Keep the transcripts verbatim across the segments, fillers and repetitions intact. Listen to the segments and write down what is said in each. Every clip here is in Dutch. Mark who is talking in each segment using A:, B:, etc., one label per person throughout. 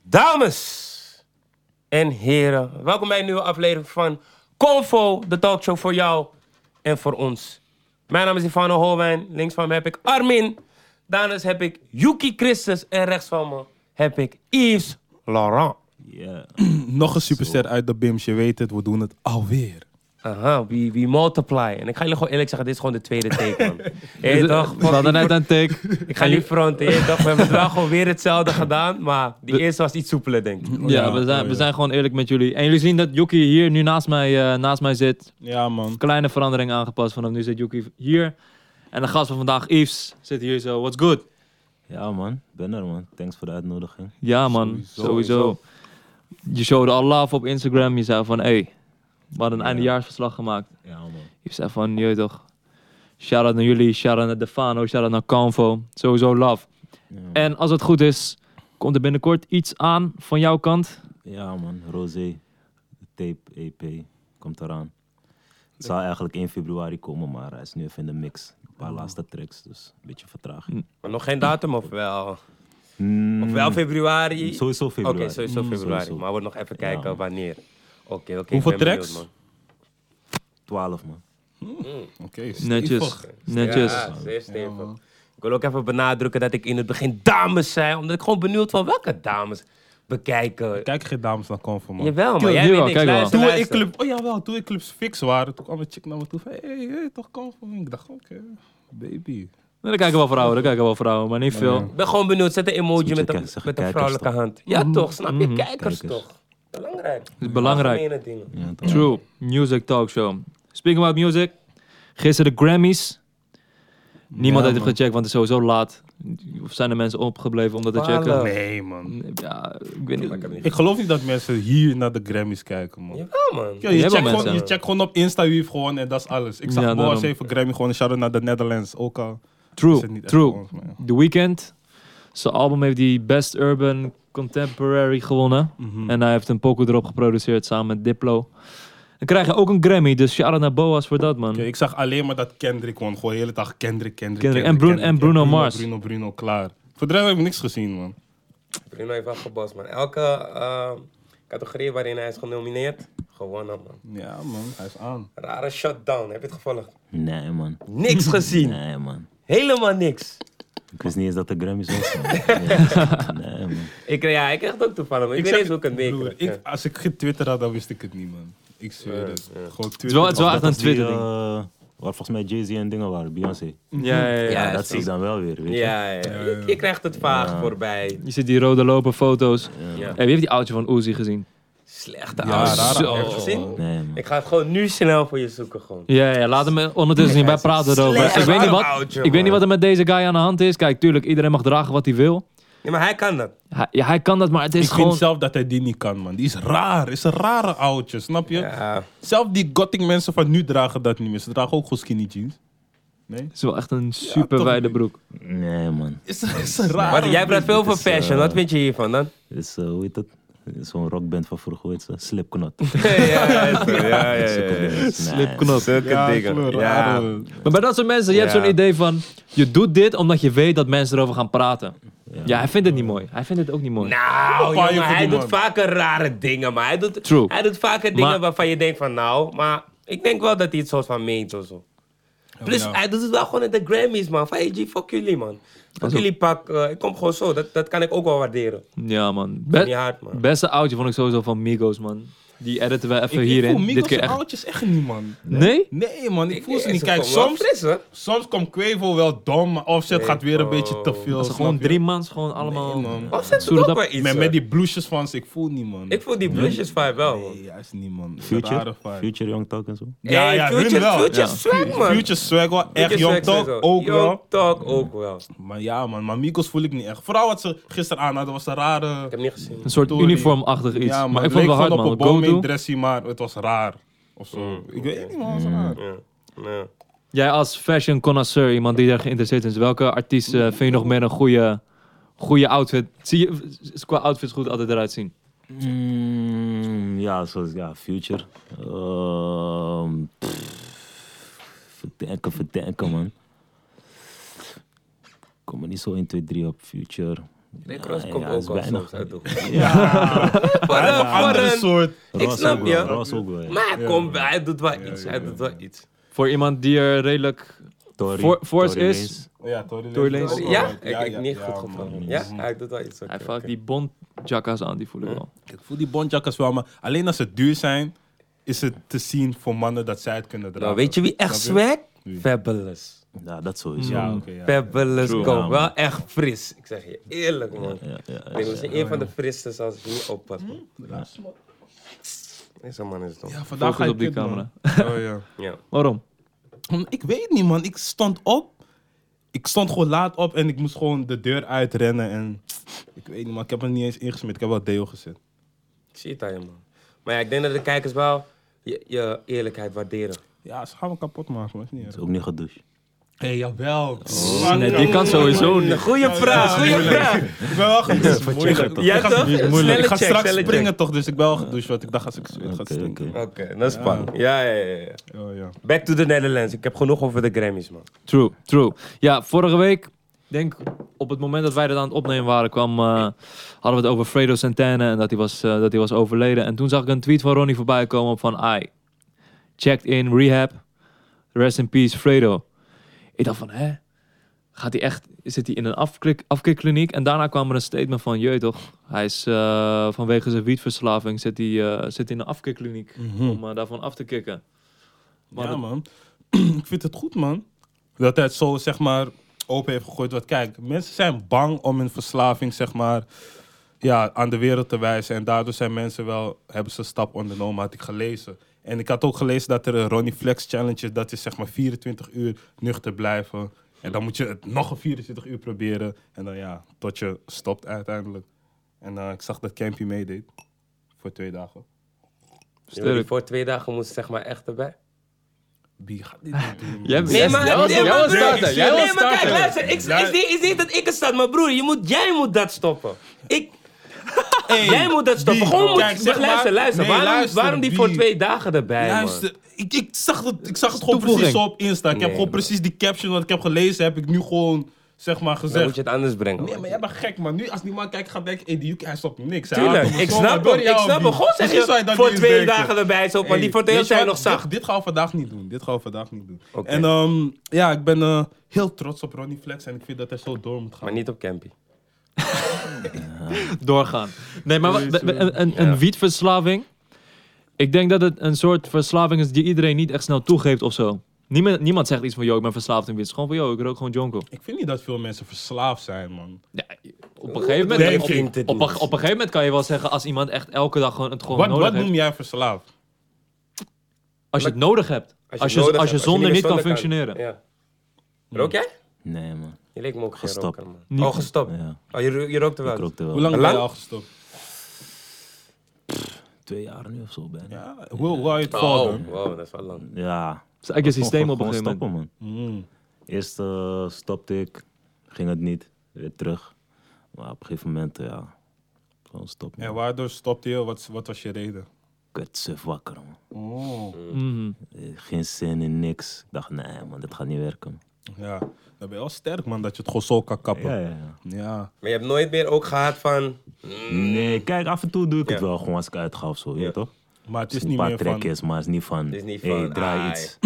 A: Dames en heren, welkom bij een nieuwe aflevering van Convo, de talkshow voor jou en voor ons. Mijn naam is Ivano Holwijn, links van me heb ik Armin, daarnaast heb ik Yuki Christus en rechts van me heb ik Yves Laurent.
B: Yeah.
C: Nog een superster uit de B I M S, je weet het, we doen het alweer.
A: Aha, we, we multiply. En ik ga jullie gewoon eerlijk zeggen, dit is gewoon de tweede take, man. Hey, toch?
D: We hadden net een take.
A: Ik ga niet fronten, je toch? We hebben wel gewoon weer hetzelfde gedaan, maar die
D: We-
A: eerste was iets soepeler, denk ik.
D: Ja,
C: Ja,
D: we, zijn,
C: oh,
D: we
C: ja.
D: zijn gewoon eerlijk met jullie. En jullie zien dat Yuki hier nu naast mij, uh, naast mij zit.
C: Ja, man.
D: Kleine verandering aangepast. Vanaf nu zit Yuki hier. En de gast van vandaag, Yves, zit hier zo. What's good?
B: Ja man, ben er man. Thanks voor de uitnodiging.
D: Ja man,
C: Sowieso,
D: sowieso. Je showde al love op Instagram. Je zei van, hé, hey, we hadden een
B: Ja.
D: eindejaarsverslag gemaakt.
B: Ja man.
D: Je zei van, je weet toch, shout-out naar jullie, shout-out naar Defano, shout-out naar Convo. Sowieso love.
B: Ja, man.
D: En als het goed is, komt er binnenkort iets aan van jouw kant.
B: Ja man, Rosé, de tape, E P, komt eraan. Het zou eigenlijk één februari komen, maar hij is nu even in de mix. Een paar laatste tracks, dus een beetje vertraging.
A: Maar nog geen datum of wel?
B: Mm,
A: Of wel februari?
B: Sowieso
A: Oké,
B: februari.
A: sowieso
B: Mm,
A: februari.
B: sowieso.
A: Maar we moeten nog even kijken
B: Ja.
A: wanneer. Oké, oké. ik
C: Hoeveel
A: ben benieuwd,
C: tracks?
A: man.
B: twaalf man.
C: Oké,
D: Netjes,
C: stevig.
D: netjes.
A: Ja, zeer
C: Ja,
A: stevig.
C: man.
A: Ik wil ook even benadrukken dat ik in het begin dames zei, omdat ik gewoon benieuwd van welke dames bekijken.
C: Kijk geen dames naar Convo, man.
A: Jawel, maar
D: Tuurlijk,
A: jij weet
D: jawel,
A: niks.
D: kijk wel.
A: Luister,
C: Toen we,
A: luister.
C: club, oh jawel, toen we clubs fix waren, toen kwam een chick naar me toe van, hé, hey, hey, toch Convo? Ik dacht, oké, baby.
D: Nee, dan kijken we wel vrouwen, dan kijken we wel vrouwen, maar niet veel.
A: Ik ben gewoon benieuwd. Zet een emoji
B: Moet je
A: met
B: ki-
A: een,
B: zeggen,
A: met een
B: kijkers
A: vrouwelijke
B: toch?
A: hand. Ja, toch? Snap je?
D: Mhm.
A: Kijkers,
B: Kijkers.
A: toch? Belangrijk.
D: is belangrijk.
A: Algemene dingen.
B: Ja, toch?
D: True. Music Talk Show. Speaking about music. Gisteren de Grammys. Niemand
C: Ja,
D: heeft
C: man.
D: gecheckt, want het is sowieso laat. Of zijn er mensen opgebleven om dat te
A: Balen.
D: checken?
C: Nee, man.
D: Ja, ik weet niet.
A: Ik heb niet-
C: Ik geloof niet dat mensen hier naar de Grammys kijken, man.
A: Jawel, man.
C: Ja,
D: Je
C: je,
D: hebt
C: checkt
D: wel
C: gewoon,
D: mensen.
C: je checkt gewoon op Insta wie heeft gewonnen en dat is alles. Ik zag
D: Ja,
C: Boas
D: daarom.
C: even Grammy gewoon, shout-out naar de Netherlands ook al. is
D: True,
C: het niet echt
D: true.
C: voor ons, maar ja.
D: The Weeknd. Zijn album heeft die Best Urban Contemporary gewonnen.
C: Mhm.
D: En hij heeft een pokoe erop geproduceerd samen met Diplo. Dan krijg je ook een Grammy, dus shout-out naar Boas voor dat, man.
C: Oké, ik zag alleen maar dat Kendrick won. Gewoon de hele dag Kendrick, Kendrick,
D: Kendrick.
C: Kendrick.
D: En Bruno-
C: Kendrick,
D: en Bruno
C: Bruno,
D: Mars.
C: Bruno, Bruno, klaar. Voor de rest heb ik niks gezien, man.
A: Bruno heeft wel gebost, man. Elke eh, categorie waarin hij is genomineerd, gewonnen, man.
C: Ja, man, hij is aan.
A: Rare shutdown. Heb je het gevolgd?
B: Nee man.
A: Niks gezien.
B: Nee man.
A: Helemaal niks.
B: Ik wist niet eens dat de Grammys was. man. Ja. Nee man.
A: Ik, ja, ik kreeg het ook toevallig, maar ik, weet
C: zeg-
A: niet eens hoe ik het
C: broer,
A: meekreeg.
C: ik, Als ik geen Twitter had, dan wist ik het niet, man. Ik zweer
A: Ja,
C: het.
A: ja.
C: Gewoon Twitter.
D: Het is wel, het is wel
B: Of
D: echt
B: dat
D: een
B: was die,
D: Twitter-ding.
B: eh, waar volgens mij Jay-Z en dingen waren, Beyoncé.
D: Ja, ja, ja.
A: Ja,
B: Ja,
A: is
B: dat zie ik dan wel weer, weet je.
A: Ja, ja. Je, je krijgt het vaag
B: Ja.
A: voorbij.
D: Je ziet die rode lopen foto's.
A: Ja.
D: Hey, wie heeft die oudje van Uzi gezien?
A: Slechte
C: Ja,
A: oude.
C: rare
D: Zo.
A: Heb je gezien?
B: Nee man.
A: Ik ga het gewoon nu snel voor je zoeken, gewoon.
D: Ja, ja, laat hem ondertussen zien. Wij praten erover.
A: Slecht
D: Ik weet, niet wat,
A: oudje,
D: ik weet niet
A: man.
D: wat er met deze guy aan de hand is. Kijk, tuurlijk, iedereen mag dragen wat hij wil.
A: Nee, maar hij kan dat.
D: Hij, ja, hij kan dat, maar het is
C: Ik
D: gewoon...
C: vind zelf dat hij die niet kan, man. Die is raar. Is een rare oudje, snap je?
A: Ja.
C: Zelf die gothic mensen van nu dragen dat niet meer. Ze dragen ook gewoon skinny jeans. Nee?
D: Het is wel echt een super
C: toch
D: wijde
C: niet.
D: broek.
B: Nee man.
C: Is, is een raar.
A: Maar jij praat veel van
B: is, eh,
A: fashion. Wat vind je hiervan dan?
B: Dit is, eh, hoe heet het? Dit is zo'n rockband van vroeger, hoe heet ze? Slipknot.
A: ja, ja, ja, ja,
B: Zulke
A: ja.
B: dingen.
D: Slipknot.
A: Zulke
C: Ja,
A: dingen.
C: klopt,
A: Ja.
C: rare-
D: Maar bij dat soort mensen, je hebt
A: Ja.
D: zo'n idee van... Je doet dit omdat je weet dat mensen erover gaan praten. Ja, hij vindt het niet mooi. Hij vindt het ook niet mooi.
A: Nou,
C: Oppa, je
A: jongen, hij
C: verdient,
A: doet
C: man.
A: vaker rare dingen, maar hij doet,
D: True.
A: hij doet vaker dingen
D: Maar-
A: waarvan je denkt van nou, maar ik denk wel dat hij het soort van meent of zo. Plus,
C: ja.
A: hij doet het wel gewoon in de Grammys, man. Van, hey G, fuck jullie, man. Fuck
D: is
A: jullie pak, eh, ik kom gewoon zo. Dat, dat kan ik ook wel waarderen.
D: Ja, man.
A: Niet
D: Be
A: hard, man.
D: beste oudje vond ik sowieso van Migos, man. Die editen we even
C: Ik, ik
D: hierin.
C: voel
D: Dit
C: Migos
D: keer
C: en
D: echt...
C: oudjes echt niet, man.
D: Nee?
C: Nee, man. Ik voel ze
A: Nee,
C: niet. Kijk,
A: komen wel
C: soms,
A: fris, hoor.
C: soms komt Quavo wel dom, maar Offset gaat weer een
A: Quavo.
C: beetje te veel.
D: Dat is
C: snap
D: gewoon
C: je?
D: drie mans, gewoon allemaal...
C: Nee, man.
A: Of zet
D: Zoek
A: het
D: het
A: ook
D: op.
A: wel iets,
C: Met,
A: hoor.
C: met die bluesjes van ze, ik voel niet, man.
A: Ik voel die blushes vibe wel, man.
C: Nee, hij is niet, man.
B: Future?
C: Rare vibe.
B: Future, Young Talk en zo.
C: Ja,
A: Hey,
C: ja, hun
A: Future,
C: wel.
A: Future
D: Ja.
A: swag, man.
C: Future swag wel, echt.
A: Future
C: Young
A: swag
C: Talk
A: sowieso.
C: ook
A: Young
C: wel.
A: Talk ook wel.
C: Maar ja, man. Maar Migos voel ik niet echt. Vooral wat ze gisteren aan hadden, was een rare...
A: Ik heb niet gezien.
D: Een soort
C: Story.
D: uniformachtig iets.
C: Ja,
D: maar ik
C: het
D: vond het wel
C: leek
D: hard,
C: gewoon
D: man.
C: op een
D: Go
C: boom
D: to.
C: dressy, maar het was raar. Of zo.
A: Mm,
C: Ik weet
A: oké.
C: het niet, man. Het was raar.
A: Ja. Ja.
D: Jij als fashion connoisseur, iemand die daar geïnteresseerd is, welke artiest eh, vind je nog meer een goede, goede outfit? Zie je is qua outfits goed altijd eruit zien?
B: Mm, ja, zoals ja, Future. Ehm pff, verdenken, verdenken, man. Ik kom er niet zo één, twee, drie op Future.
A: Rick Ross
B: Ja,
A: komt
B: ja,
A: ook
B: is
A: al
B: weinig.
A: soms uit de hoek.
C: Ja.
A: Voor
C: Hij is
A: een-
C: een andere
A: voor een-
C: soort.
A: Ik
B: Ross
A: snap
B: ook
A: je.
B: wel, Ross ook wel, ja.
A: Maar hij,
C: Ja.
A: komt, hij doet wel
C: Ja,
A: iets.
C: ja,
A: Hij
C: ja.
A: doet wel iets.
D: Voor iemand die er redelijk...
B: Tory,
D: Voor- Force
B: Tory
D: is-
B: Lanez.
C: Ja, Tory
D: Tory
C: Lanez
D: Lanez.
C: ook
A: Ja?
C: wel.
A: Ik heb niet goed
C: man.
A: gevonden.
B: man.
A: Ja? Hij doet wel iets.
D: Hij
A: Oké,
D: heeft vaak
A: oké.
D: die bond jackas aan, die voel ik wel.
C: Ik voel die bondjakkers wel, maar alleen als ze duur zijn, is het te zien voor mannen dat zij het kunnen dragen.
A: Nou, weet je wie echt
C: Snap je?
A: swag?
C: Wie?
A: Fabulous.
B: Ja, dat sowieso.
C: Ja,
B: Ja,
C: oké. ja.
A: Fabulous
D: True.
A: go.
B: Ja, man.
A: Wel echt fris. Ik zeg je eerlijk, man.
B: ja, ja,
A: Ik denk dat ze een van de frissste als ik niet oppas, man. Deze man is dom.
C: Ja, vandaag ga
D: Focus
C: je
D: op die
C: kut, man.
D: camera.
C: Oh, ja.
A: Ja.
D: Waarom?
C: Ik weet het niet, man. Ik stond op. Ik stond gewoon laat op en ik moest gewoon de deur uitrennen. En ik weet niet, man. Ik heb er niet eens ingesmeerd. Ik heb wel deo gezet.
A: Ik zie het aan je, man. Maar ja, ik denk dat de kijkers wel je, je eerlijkheid waarderen.
C: Ja, ze gaan me kapot maken, man. Is niet
B: is
C: erg.
B: ook niet gedoucht.
C: Hé, hey, jawel.
D: Nee, die kan sowieso niet.
A: Goeie vraag, goeie vraag.
C: Ik ben wel gedoucht.
B: Moeilijk toch?
A: Ja,
C: Ik ga-
A: toch?
C: Ik
A: Snelle
C: ga
A: check,
C: straks
A: snelle
C: springen
A: check.
C: toch, dus ik ben wel gedoucht. Want ik dacht als ik zweet gaat
B: Oké,
C: stinken.
B: oké.
A: Oké, dat is spannend. Ja, ja, ja, ja.
C: Ja, ja.
A: Back to the Netherlands. Ik heb genoeg over de Grammys, man.
D: True, true. Ja, vorige week, denk op het moment dat wij dat aan het opnemen waren, kwam, eh, hadden we het over Fredo Santana en dat hij, was, eh, dat hij was overleden. En toen zag ik een tweet van Ronnie voorbij komen van, ai, checked in rehab, rest in peace Fredo. Ik dacht van, hè? Gaat hij echt, zit hij in een afkik, afkikkliniek? En daarna kwam er een statement van, je toch, hij is eh, vanwege zijn wietverslaving zit hij eh, zit in een afkikkliniek om eh, daarvan af te kicken. Maar
C: Ja,
D: dat-
C: man. Ik vind het goed, man. Dat hij het zo, zeg maar, open heeft gegooid. Want kijk, mensen zijn bang om hun verslaving, zeg maar, ja, aan de wereld te wijzen. En daardoor zijn mensen wel, hebben ze een stap ondernomen, had ik gelezen. En ik had ook gelezen dat er een Ronnie Flex Challenge is. Dat is, zeg maar, vierentwintig uur nuchter blijven. En dan moet je het nog een vierentwintig uur proberen. En dan, ja, tot je stopt uiteindelijk. En eh, ik zag dat Campy meedeed. Voor twee dagen.
A: Jullie voor twee dagen moest zeg maar echt erbij.
C: Wie gaat dit niet doen?
D: Jij,
C: man?
A: Nee, maar,
D: jij was,
A: nee,
D: jij
A: maar
D: was
A: broer,
D: starter. Jij was
A: nee, maar kijk,
D: starter.
A: luister. Ik,
C: Ja.
A: is, niet, is niet dat ik het start, maar broer, je moet, jij moet dat stoppen. Ik,
C: Hey,
A: jij moet dat stoppen.
C: wie?
A: Gewoon moet,
C: Kijk, zeg maar-
A: luister, luister.
C: Nee,
A: waarom,
C: luister,
A: waarom die
C: wie?
A: voor twee dagen erbij,
C: Luister, ik, ik zag het, ik zag het gewoon
D: Toevoeging.
C: precies zo op Insta. Ik
A: Nee,
C: heb gewoon
A: bro.
C: precies die caption wat ik heb gelezen, heb ik nu gewoon, zeg maar,
A: man? Dan moet
C: gezegd.
A: je het anders brengen.
C: Nee,
A: man.
C: maar jij bent gek, man. Nu als die man kijkt, gaat denken, hey, die Yuki, hij stopt niks. Hij
A: Tuurlijk,
C: haalt hem
A: ik
C: zomaar
A: snap
C: door
A: hem. Ik
C: jou,
A: snap
C: wie?
A: hem. Gewoon zeg
C: Misschien zou
A: je
C: dat
A: voor
C: niet eens
A: twee
C: denken.
A: dagen erbij zo, maar
C: Hey,
A: die voor
C: weet
A: de
C: je
A: zijn
C: wat?
A: nog zacht.
C: Dit, dit gaan we vandaag niet doen. Dit gaan we vandaag niet doen.
A: Oké.
C: En ehm, ja, ik ben eh, heel trots op Ronnie Flex en ik vind dat hij zo door moet gaan.
A: Maar niet op Campy.
D: Doorgaan. Nee, maar
C: Sowieso.
D: wa- een, een, een
A: Ja.
D: wietverslaving. Ik denk dat het een soort verslaving is die iedereen niet echt snel toegeeft of zo. Niemand, niemand zegt iets van, yo, ik ben verslaafd aan wiet. Het is gewoon van, yo, ik rook gewoon jonko.
C: Ik vind niet dat veel mensen verslaafd zijn, man.
D: Ja, op een gegeven
A: Denk
D: moment, op,
A: ik.
D: op, een- op een gegeven moment kan je wel zeggen, als iemand echt elke dag gewoon het gewoon
C: Wat,
D: nodig
C: wat
D: heeft.
C: noem jij verslaafd?
D: Als je het nodig hebt. Als je, als je,
A: nodig hebt,
D: zonder niet kan
A: zonder
D: functioneren.
A: Ja. Rook jij?
B: Nee, man.
A: Je leek me ook geen
B: Gestopt.
A: roker, man.
D: Niet-
A: Oh, gestopt.
B: Ja,
A: Oh, je, ro- je rookte wel.
B: ik rookte wel.
C: Hoe lang
A: Lang?
C: ben je al gestopt?
B: Twee jaar nu of zo bijna.
C: Ja, hoe, hoe hou je het
A: Oh,
C: vol dan?
A: wow, dat is wel lang.
B: Ja.
D: Het is eigenlijk een systeem op een
B: Gewoon
D: gegeven moment.
B: stoppen, man.
C: Mm.
B: Eerst eh, stopte ik, ging het niet, weer terug. Maar op een gegeven moment, ja, gewoon stoppen.
C: En waardoor stopte je? Wat, wat was je reden?
B: Ik werd suf wakker, man.
C: Oh.
D: Mhm.
B: Eh, Geen zin in niks. Ik dacht, nee man, dit gaat niet werken.
C: Ja, dan ben je wel sterk, man, dat je het gewoon zo kan kappen.
B: Ja,
C: Ja.
B: ja, ja.
A: Maar je hebt nooit meer ook gehad van...
B: Nee, kijk, af en toe doe ik het
A: Ja.
B: wel gewoon als ik uitga of zo,
A: Ja.
B: ja. toch?
C: Maar het is
B: Een
C: niet
B: paar
C: meer van...
B: trekjes, maar het is niet van,
A: Het is niet
B: hey,
A: van,
B: draai
A: ai.
B: iets.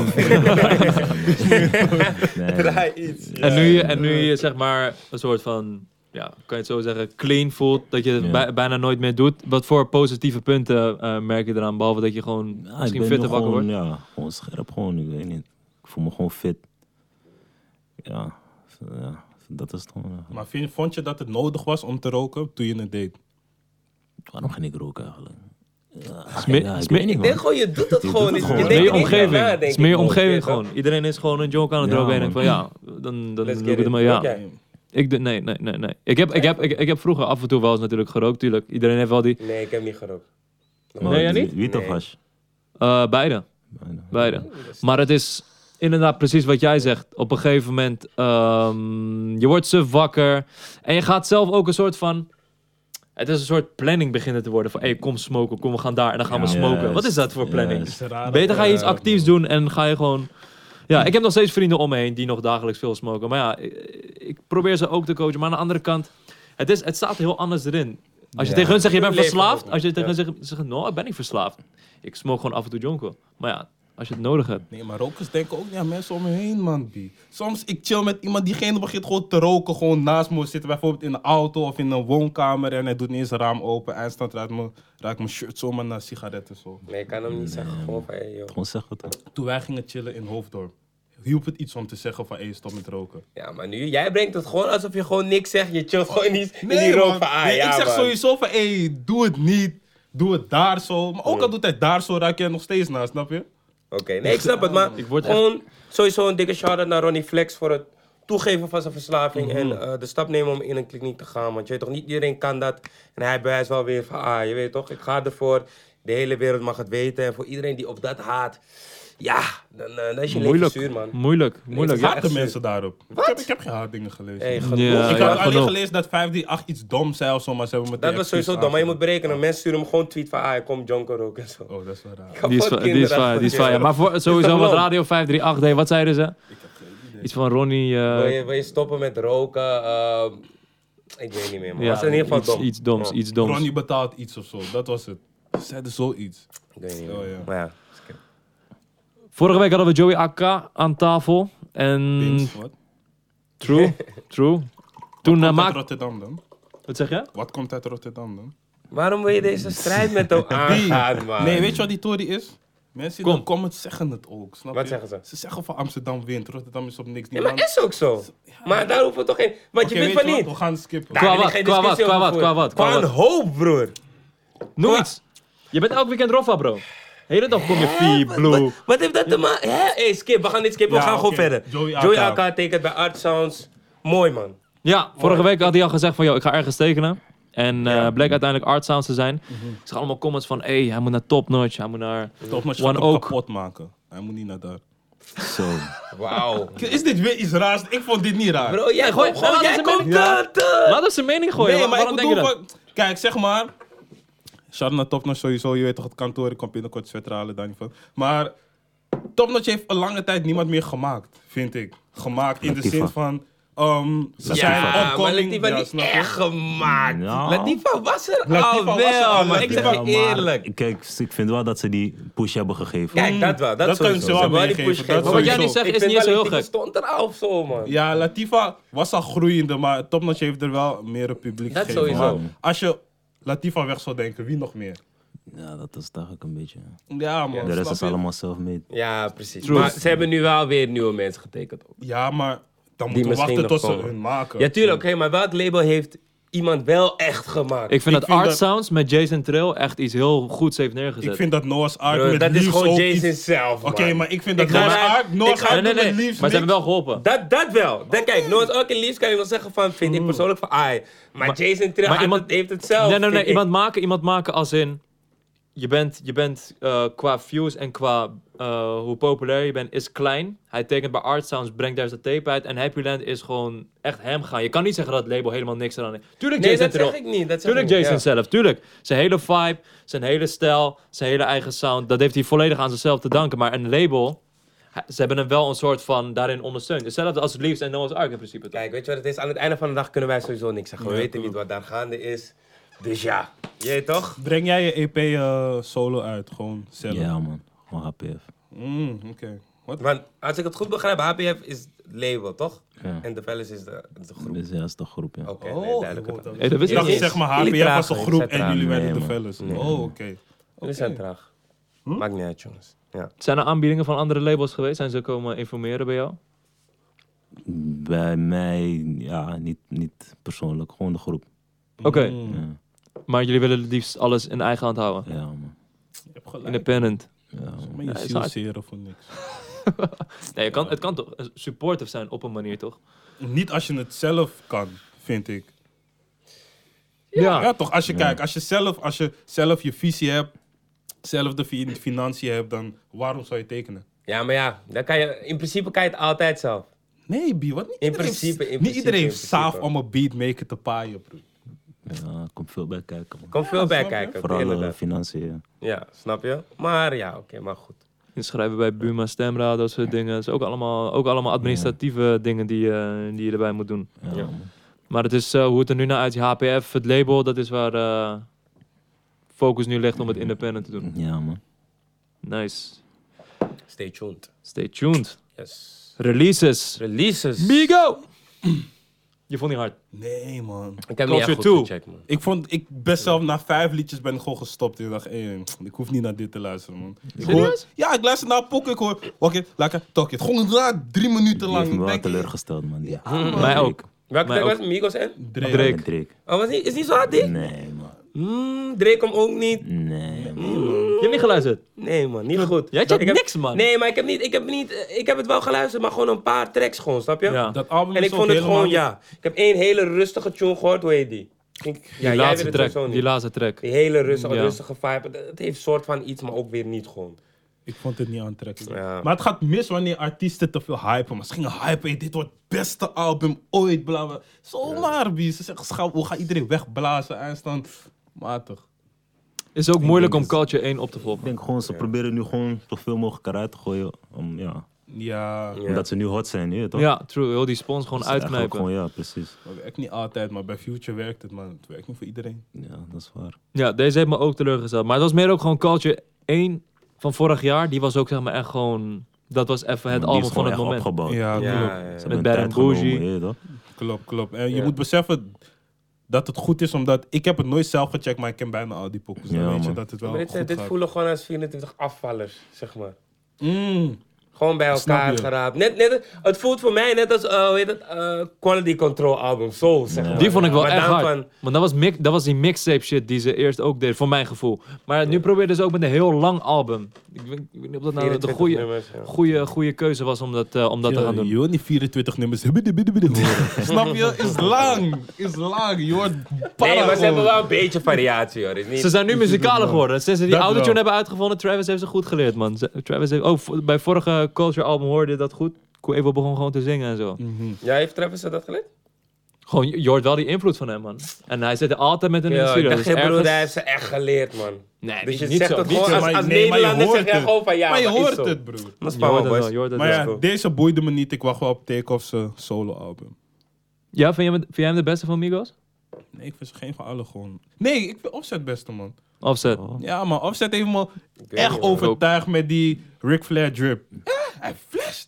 B: Nee,
A: Draai iets.
D: En, nu je, en nu je zeg maar een soort van, ja, kan je het zo zeggen, clean voelt, dat je het
B: Ja.
D: bij- bijna nooit meer doet. Wat voor positieve punten eh, merk je eraan, behalve dat je gewoon
B: Ja, ik
D: misschien
B: ben
D: fitter
B: nu
D: wakker
B: gewoon,
D: wordt?
B: ja, gewoon scherp gewoon, ik weet niet. Ik voel me gewoon fit. Ja, ja dat is het gewoon. eigenlijk.
C: Maar vind, vond je dat het nodig was om te roken toen je het deed?
B: Waarom ging ik roken eigenlijk? Ja,
D: meer-
B: ja,
D: is
B: ik
D: meer-
B: weet niet,
A: Ik denk
B: man.
A: gewoon, je doet het
B: Je
A: gewoon
B: doet
A: niet.
B: het
A: Je
B: gewoon.
D: Het is
A: denkt
D: meer
A: er niet over
D: omgeving.
A: na,
D: Het
A: denk
D: is meer
A: ik.
D: omgeving
A: Ja,
D: gewoon. Iedereen is gewoon een joke aan het
B: Ja,
D: roken en
B: man.
D: ik van ja, dan, dan
A: Let's
D: doe
A: get
D: ik het
A: it.
D: maar ja.
A: Oké.
D: Ik doe, nee, nee, nee, nee. Ik heb, ik, heb, ik, ik heb vroeger af en toe wel eens natuurlijk gerookt, tuurlijk. Iedereen heeft wel die,
A: Nee, ik heb niet gerookt.
B: Maar
D: Nee, jij
B: wie-
D: niet?
B: Wiet of
A: Nee.
B: hash?
D: uh, beide.
B: Bijna.
D: Beide. Maar het is inderdaad precies wat jij zegt. Op een gegeven moment, ehm, je wordt suf wakker. En je gaat zelf ook een soort van... Het is een soort planning beginnen te worden. Van, hey, kom smoken, kom, we gaan daar en dan gaan we
B: Ja,
D: smoken.
B: juist.
D: Wat is dat voor planning?
B: Juist.
C: Het is raar
D: Beter
C: dat,
D: ga je iets
C: eh,
D: actiefs doen en ga je gewoon... Ja, ik heb nog steeds vrienden om me heen die nog dagelijks veel smoken. Maar ja, ik, ik probeer ze ook te coachen. Maar aan de andere kant, Het, is, het staat heel anders erin. Als je
A: Ja.
D: tegen hun zegt, je bent
A: Leven
D: verslaafd.
A: ook
D: Als je
A: niet,
D: tegen
A: ja.
D: hun zegt, zegt, no, ik ben niet verslaafd. Ik smoke gewoon af en toe jonko. Maar ja, als je het nodig hebt.
C: Nee, maar rokers denken ook niet aan mensen om me heen, man, B. Soms, ik chill met iemand, diegene begint gewoon te roken, gewoon naast me. We zitten bijvoorbeeld in een auto of in een woonkamer en hij doet niet eens een raam open. Eindstand raakt me, raakt mijn shirt zomaar naar sigaretten zo.
A: Nee, ik kan hem niet zeggen. Gewoon van, hey, joh.
B: Gewoon zeg het dan.
C: Toen wij gingen chillen in Hoofddorp, hielp het iets om te zeggen van, hé, hey, stop met roken.
A: Ja, maar nu, jij brengt het gewoon alsof je gewoon niks zegt. Je chillt gewoon niet in die
C: man.
A: rook van, ah,
C: Nee,
A: ja,
C: ik zeg
A: man.
C: sowieso van, hé, hey, doe het niet. Doe het daar zo. Maar ook al doet hij daar zo, raak je er nog steeds naast, snap je?
A: Oké, nee, ik snap het, maar
D: Ik word
A: gewoon sowieso een dikke shout-out naar Ronnie Flex voor het toegeven van zijn verslaving en eh, de stap nemen om in een kliniek te gaan. Want je weet toch, niet iedereen kan dat. En hij bewijst wel weer van, ah, je weet toch, ik ga ervoor. De hele wereld mag het weten. En voor iedereen die op dat haat, ja, dan, uh, dan is je leven
D: Moeilijk.
A: zuur, man.
D: Moeilijk. Moeilijk.
A: Ja,
D: Ja.
C: Haat de
A: echt
C: mensen daarop. Ik heb, ik heb geen haatdingen gelezen.
A: Hey, genoeg.
D: Ja,
C: ik
D: ja,
C: had alleen
D: genoeg.
C: gelezen dat vijf drie acht iets dom zei of zo, maar ze hebben me
A: Dat was sowieso dom, maar je moet berekenen. Mensen sturen hem gewoon een tweet van, ah, ik kom Jonko roken en zo.
C: Oh, dat is wel raar.
D: Die is,
A: Kapot
D: die is fire, die is fire. Maar voor, sowieso
A: toch
D: wat
A: lang?
D: Radio vijf drie acht deed, wat zeiden ze? Iets van Ronnie... eh,
A: Wil je, wil je stoppen met roken? Uh, ik weet niet meer, man.
D: ja,
A: was in ieder geval
D: iets,
A: dom.
D: iets doms,
A: Ja.
D: iets doms.
C: Ronnie betaalt iets of zo, dat was het. Ze zeiden zoiets.
A: Ik weet niet meer.
C: Oh, ja.
A: Maar ja.
D: Vorige week hadden we Joey A K aan tafel. En...
C: Pins, wat?
D: True, true. Toen
C: Wat
D: uh,
C: komt uit
D: maak...
C: Rotterdam dan?
D: Wat zeg je?
C: Wat komt uit Rotterdam dan?
A: Waarom wil je deze strijd met hem aangaan, man?
C: Nee, weet je wat die tory is? Mensen in
D: Kom.
C: de comments zeggen het ook, snap
A: Wat
C: je?
A: zeggen ze?
C: Ze zeggen van Amsterdam wint, Rotterdam is op niks.
A: Ja, maar is ook zo. Maar daar hoeven we toch geen... Want
C: Oké,
A: je vindt
C: weet
A: van
C: je
A: niet.
C: wat? We gaan skippen.
A: Daar
D: Qua
A: wil ik
D: wat,
A: geen
D: qua wat,
A: discussie
D: qua
A: over
D: wat,
A: voeren.
D: qua wat, qua
A: Qua een
D: wat?
A: hoop, broer.
D: Noem iets. Je bent elk weekend Roffa, bro. Hele dag kom je Fee,
A: Wat-
D: Blue.
A: Wat, wat heeft dat te maken? Hé, hey, skip. We gaan niet skippen. We
C: Ja,
A: gaan gewoon
C: oké.
A: verder.
C: Joey A K.
A: Joey A K tekent bij Art Sounds. Mooi, man.
D: Ja, vorige week had hij al gezegd van, yo, ik ga ergens tekenen. En eh
A: Ja.
D: bleek uiteindelijk Art Sounds te zijn. Ik zag allemaal comments van, hé, hij moet naar Top Notch, hij moet naar...
C: Toch maar je
D: One
C: gaat hem
D: Oak.
C: kapot maken. Hij moet niet naar daar.
B: Zo.
A: Wauw.
C: Is dit weer iets raars? Ik vond dit niet raar.
A: Bro, jij,
D: gooi-
A: komt gewoon,
D: laat
A: jij
D: eens
A: komt
D: een
C: Ja.
A: te... te-
D: Laat eens zijn mening gooien.
C: Nee,
D: Wa-
C: maar ik
D: waarom denk je
C: bedoel
D: dat?
C: van... Kijk, zeg maar... Shout naar Topnotch sowieso. Je weet toch het kantoor. Ik kom binnenkort sweatralen daar niet van. Maar... Topnotch heeft een lange tijd niemand meer gemaakt. Vind ik. Gemaakt in de
B: Latifa.
C: zin van... Um, ze zijn
A: Ja, maar
C: opkoming.
A: Latifa
C: Ja,
A: niet
C: snap je?
A: echt gemaakt.
B: Ja.
A: Latifa was er
C: Latifa
A: al
C: was er
A: wel,
C: al,
A: maar ik zeg
C: Latifa,
A: je
B: maar
A: eerlijk.
B: Kijk, ik vind wel dat ze die push hebben gegeven.
A: Kijk, dat wel. Dat,
C: Dat
A: sowieso.
C: kunnen ze wel
A: hebben die
C: meegeven,
A: push
C: dat
A: gegeven.
D: Maar wat jij
C: sowieso.
D: nu zegt
A: Ik
D: is
A: vind
D: niet eens
A: wel,
D: heel
A: Latifa
D: gek.
A: stond er al of zo, man.
C: Ja, Latifa was al groeiende, maar Topnotch heeft er wel meer een publiek
A: Dat
C: gegeven.
A: sowieso.
C: Maar als je Latifa weg zou denken, wie nog meer?
B: Ja, dat is eigenlijk een beetje.
C: Ja, man.
B: De rest
C: snap
B: is
C: je?
B: allemaal self-made.
A: Ja, precies.
D: True.
A: Maar ze hebben nu wel weer nieuwe mensen getekend.
C: Ja, maar dan
A: Die
C: moeten we
A: misschien
C: wachten
A: nog
C: tot ze
A: komen.
C: hun maken.
A: Ja, tuurlijk. Oké, maar welk label heeft iemand wel echt gemaakt?
D: Ik vind
C: Ik
D: dat
C: vind
D: Art
C: dat-
D: Sounds met Jason Trill echt iets heel goeds heeft neergezet.
C: Ik vind dat Noah's Ark
A: Bro,
C: met
A: dat is
C: Leaves
A: gewoon
C: ook
A: Jason
C: iets-
A: zelf,
C: Oké,
A: man.
C: maar ik vind dat
A: Ik ga
C: Noah's
A: naar-
C: Ark...
A: ik
C: Noah's
A: ga-
C: Ark
D: nee, nee,
C: doet
D: nee.
C: met Leaves
D: Maar ze hebben
C: niks.
D: wel geholpen.
A: Dat, dat wel. Dat, kijk, Noah's Ark en Leaves kan je wel zeggen van, vind ik persoonlijk van, ai. Maar,
D: Maar-
A: Jason Trill
D: maar
A: had
D: iemand-
A: het- heeft het zelf.
D: Nee, nee, nee.
A: vind ik.
D: Iemand maken, iemand maken als in... Je bent, je bent eh, qua views en qua eh, hoe populair je bent, is klein. Hij tekent bij Art Sounds, brengt daar zijn tape uit. En Happyland is gewoon echt hem gaan. Je kan niet zeggen dat het label helemaal niks eraan heeft. Tuurlijk
A: Nee,
D: Jason
A: dat zeg
D: Trill.
A: ik niet. Dat zeg
D: Tuurlijk
A: ik niet,
D: Jason
A: ja.
D: zelf, tuurlijk. Zijn hele vibe, zijn hele stijl, zijn hele eigen sound. Dat heeft hij volledig aan zichzelf te danken. Maar een label, hij- ze hebben hem wel een soort van daarin ondersteund. Hetzelfde als Leaves en Noah's Ark in principe. toch?
A: Kijk, weet je wat het is? Aan het einde van de dag kunnen wij sowieso niks zeggen. We
C: Ja,
A: weten niet wat daar gaande is. Dus ja, je weet toch?
C: Breng jij je E P eh, solo uit, gewoon zelf?
B: Ja, man. Gewoon H P F.
C: Mm, Oké. Wat?
A: Want als ik het goed begrijp, H P F is het label, toch?
B: Ja.
A: En de Fellas is de, is de groep.
B: Dus ja, dat is de groep, ja.
A: Oké,
C: Oh,
A: nee, duidelijk.
C: ik
A: het
C: hoor
D: Hey, dat wist
C: Ik
D: ik
C: dacht,
D: niet.
C: zeg maar,
A: Jullie
C: H P F was
A: traag,
C: een groep
A: jullie
C: en
A: zijn
C: jullie
A: traag.
C: werden de
B: Nee,
C: fellas.
A: Nee.
C: Oh, oké.
A: Jullie
C: Oké.
A: zijn traag.
C: Hm?
A: Maakt niet uit, jongens. Ja.
D: Zijn er aanbiedingen van andere labels geweest? Zijn ze komen informeren bij jou?
B: Bij mij, ja, niet, niet persoonlijk. Gewoon de groep.
D: Oké,
C: Mm,
B: Ja,
D: maar jullie willen het liefst alles in eigen hand houden.
B: ja man.
C: Je hebt gelijk.
D: Independent.
B: Ja, man.
C: Maar je
D: Ja, is
C: ziel
D: hard.
C: zeren voor niks.
D: Nee, je kan, het kan toch supportive zijn op een manier, toch?
C: Niet als je het zelf kan, vind ik.
D: Ja.
C: Ja, toch? Als je kijkt, als je zelf, als je zelf je visie hebt, zelf de fi- financiën hebt, dan waarom zou je tekenen?
A: Ja, maar ja, dan kan je, in principe kan je het altijd zelf.
C: Nee, B, wat niet
A: In
C: iedereen,
A: principe, in
C: niet
A: principe,
C: iedereen
A: in
C: heeft saaf
A: principe.
C: om een beatmaker te paaien, bro.
B: Ja, er komt veel bij kijken, man.
A: Komt veel
C: Ja,
A: bij
C: snap je?
A: kijken,
B: Vooral eh,
A: inderdaad.
B: financiën.
A: Ja, snap je? Maar ja, oké, maar goed.
D: Inschrijven bij Buma, Stemraad, dat soort dingen. Dat is ook allemaal, ook allemaal administratieve dingen die, je die je erbij moet doen.
B: Ja,
A: Ja.
B: man.
D: Maar het is uh, hoe het er nu naar uitziet. H P F, het label, dat is waar uh, focus nu ligt om het independent te doen.
B: Ja, man.
D: Nice.
A: Stay tuned.
D: Stay tuned.
A: Yes.
D: Releases.
A: Releases.
D: Migo! Je vond niet hard.
C: Nee, man.
A: Ik heb niet echt
D: Culture
A: goed
D: two.
A: gecheckt, man.
C: Ik vond, ik best zelf na vijf liedjes ben ik gewoon gestopt. Ik dacht, hey, ik hoef niet naar dit te luisteren, man. Ik hoor,
D: Serieus?
C: ja, ik luister naar Pokken, ik hoor, oké, lekker, talk it. Gewoon na drie minuten
B: Die
C: lang.
B: heeft me wel
C: denk ik,
B: teleurgesteld, man. Die.
D: Mij ook.
A: Welke
D: Mij
A: track was
D: ook.
A: het? Migos en?
C: Drake.
D: Drake.
B: Drake.
A: Oh, was niet, is niet zo hard, die?
B: Nee, man.
A: Mm, Drake hem ook niet.
B: Nee, man.
D: Je hebt niet geluisterd?
A: Nee, man, niet goed.
D: Jij checkt
A: Ik heb-
D: niks, man.
A: Nee, maar ik heb, niet, ik, heb niet, eh, ik heb het wel geluisterd, maar gewoon een paar tracks gewoon, snap je?
D: Ja.
C: Dat album
A: En
C: is
A: ik
C: ook
A: vond het
C: helemaal
A: gewoon, ja. Ik heb één hele rustige tune gehoord, hoe heet die? Ik, ja,
D: Die
A: jij
D: laatste
A: weet het
D: track.
A: sowieso
D: Die
A: niet.
D: laatste track.
A: Die hele rustige,
D: Ja.
A: rustige vibe. Het heeft soort van iets, maar ook weer niet gewoon.
C: Ik vond het niet aantrekkelijk.
A: Ja.
C: Maar het gaat mis wanneer artiesten te veel hypen. Maar ze gingen hypen, hey, dit wordt het beste album ooit, bla bla. Zomaar, wie. Ze zeggen, schouw, we gaan iedereen wegblazen, eindstand. Matig.
D: Is ook moeilijk om
B: denk dat-
D: Culture één op te
B: Ik
D: volgen.
B: denk gewoon, ze proberen nu gewoon zoveel mogelijk eruit te gooien. Om, ja,
C: Ja,
A: Ja.
B: Omdat ze nu hot zijn, je, toch?
D: Ja, true. Heel die spons gewoon
B: Dat is eigenlijk
D: uitknijpen.
B: Gewoon, ja, precies.
C: dat werkt niet altijd, maar bij Future werkt het, maar het werkt niet voor iedereen.
B: Ja, dat is waar.
D: Ja, deze heeft me ook teleurgesteld. Maar het was meer ook gewoon Culture één van vorig jaar. Die was ook zeg maar echt gewoon... Dat was even het
B: Die
D: album
B: is
D: van
B: gewoon
D: het
B: echt
D: moment.
B: opgebouwd.
C: Ja,
A: Ja,
C: klopt.
A: ja,
B: Ze
A: ja.
B: hebben
D: Met
B: tijd
D: Bad and
B: genomen,
D: Bougie.
B: je, toch?
C: Klopt, klopt. En je
A: Ja.
C: moet beseffen dat het goed is, omdat ik heb het nooit zelf gecheckt, maar ik ken bijna al die pokus. Dan
B: Ja,
C: weet je
B: man.
C: dat het wel
A: Maar dit,
C: goed
A: dit
C: gaat.
A: voelen gewoon als vierentwintig afvallers, zeg maar.
C: Mm.
A: Gewoon bij
C: Snap
A: elkaar
C: je.
A: geraapt. Net, net, het voelt voor mij net als, uh, hoe heet het, uh, Quality Control album, Soul, zeg maar.
D: Die vond ik wel
A: Maar
D: echt
A: dan
D: hard.
A: van-
D: Want dat was, mix, dat was die mixtape shit die ze eerst ook deden, voor mijn gevoel. Maar nu probeerden ze ook met een heel lang album. Ik weet, ik weet niet of dat nou de
A: vierentwintig
D: goede,
A: nummers, ja.
D: goede, goede keuze was om dat, uh, om dat te
C: Ja,
D: gaan doen.
C: Je hoort niet vierentwintig nummers. horen. Snap je? Is lang. Is lang. Je hoort
A: Nee, maar ze hebben
C: gewoon.
A: wel een beetje variatie, hoor. Is niet...
D: Ze zijn nu muzikaler geworden. Sinds ze die
C: Dat
D: autotune
C: wel.
D: hebben uitgevonden, Travis heeft ze goed geleerd, man. Ze- Travis heeft, oh, vo- bij vorige Culture album hoorde je dat goed. Quavo begon gewoon te zingen en zo.
C: Mhm.
A: Ja, heeft Travis dat geleerd?
D: Gewoon, je je hoort wel die invloed van hem, man. En hij zit er altijd met een in de
A: Ja, ik
D: studio.
A: dacht,
D: Dus
A: geen broer,
D: ergens-
A: hij heeft ze echt geleerd, man.
D: Nee,
A: Dus je
D: niet
A: zegt
D: zo,
A: het
D: niet
A: gewoon
D: zo.
A: als,
C: Maar-
A: als
C: nee, maar je
A: Nederlander,
C: hoort
A: zeg jij
C: het.
A: gewoon van ja,
C: Maar je
A: maar is
C: hoort
A: zo.
C: het, broer.
A: Dat is
D: Je hoort
A: Power
D: het wel,
A: Boys.
D: je hoort het
C: Maar
D: wel.
C: ja,
A: Let's go.
C: deze boeide me niet. Ik wacht wel op Takeoff's uh, solo-album.
D: Ja, vind je, hem, vind jij hem de beste van Migos?
C: Nee, ik vind ze geen van alle gewoon. Nee, ik vind Offset het beste, man.
D: Offset.
B: Oh.
C: Ja, man. Offset heeft me
A: Ik weet
C: echt
A: niet, man.
C: overtuigd met die Ric Flair drip. Eh, hij flasht.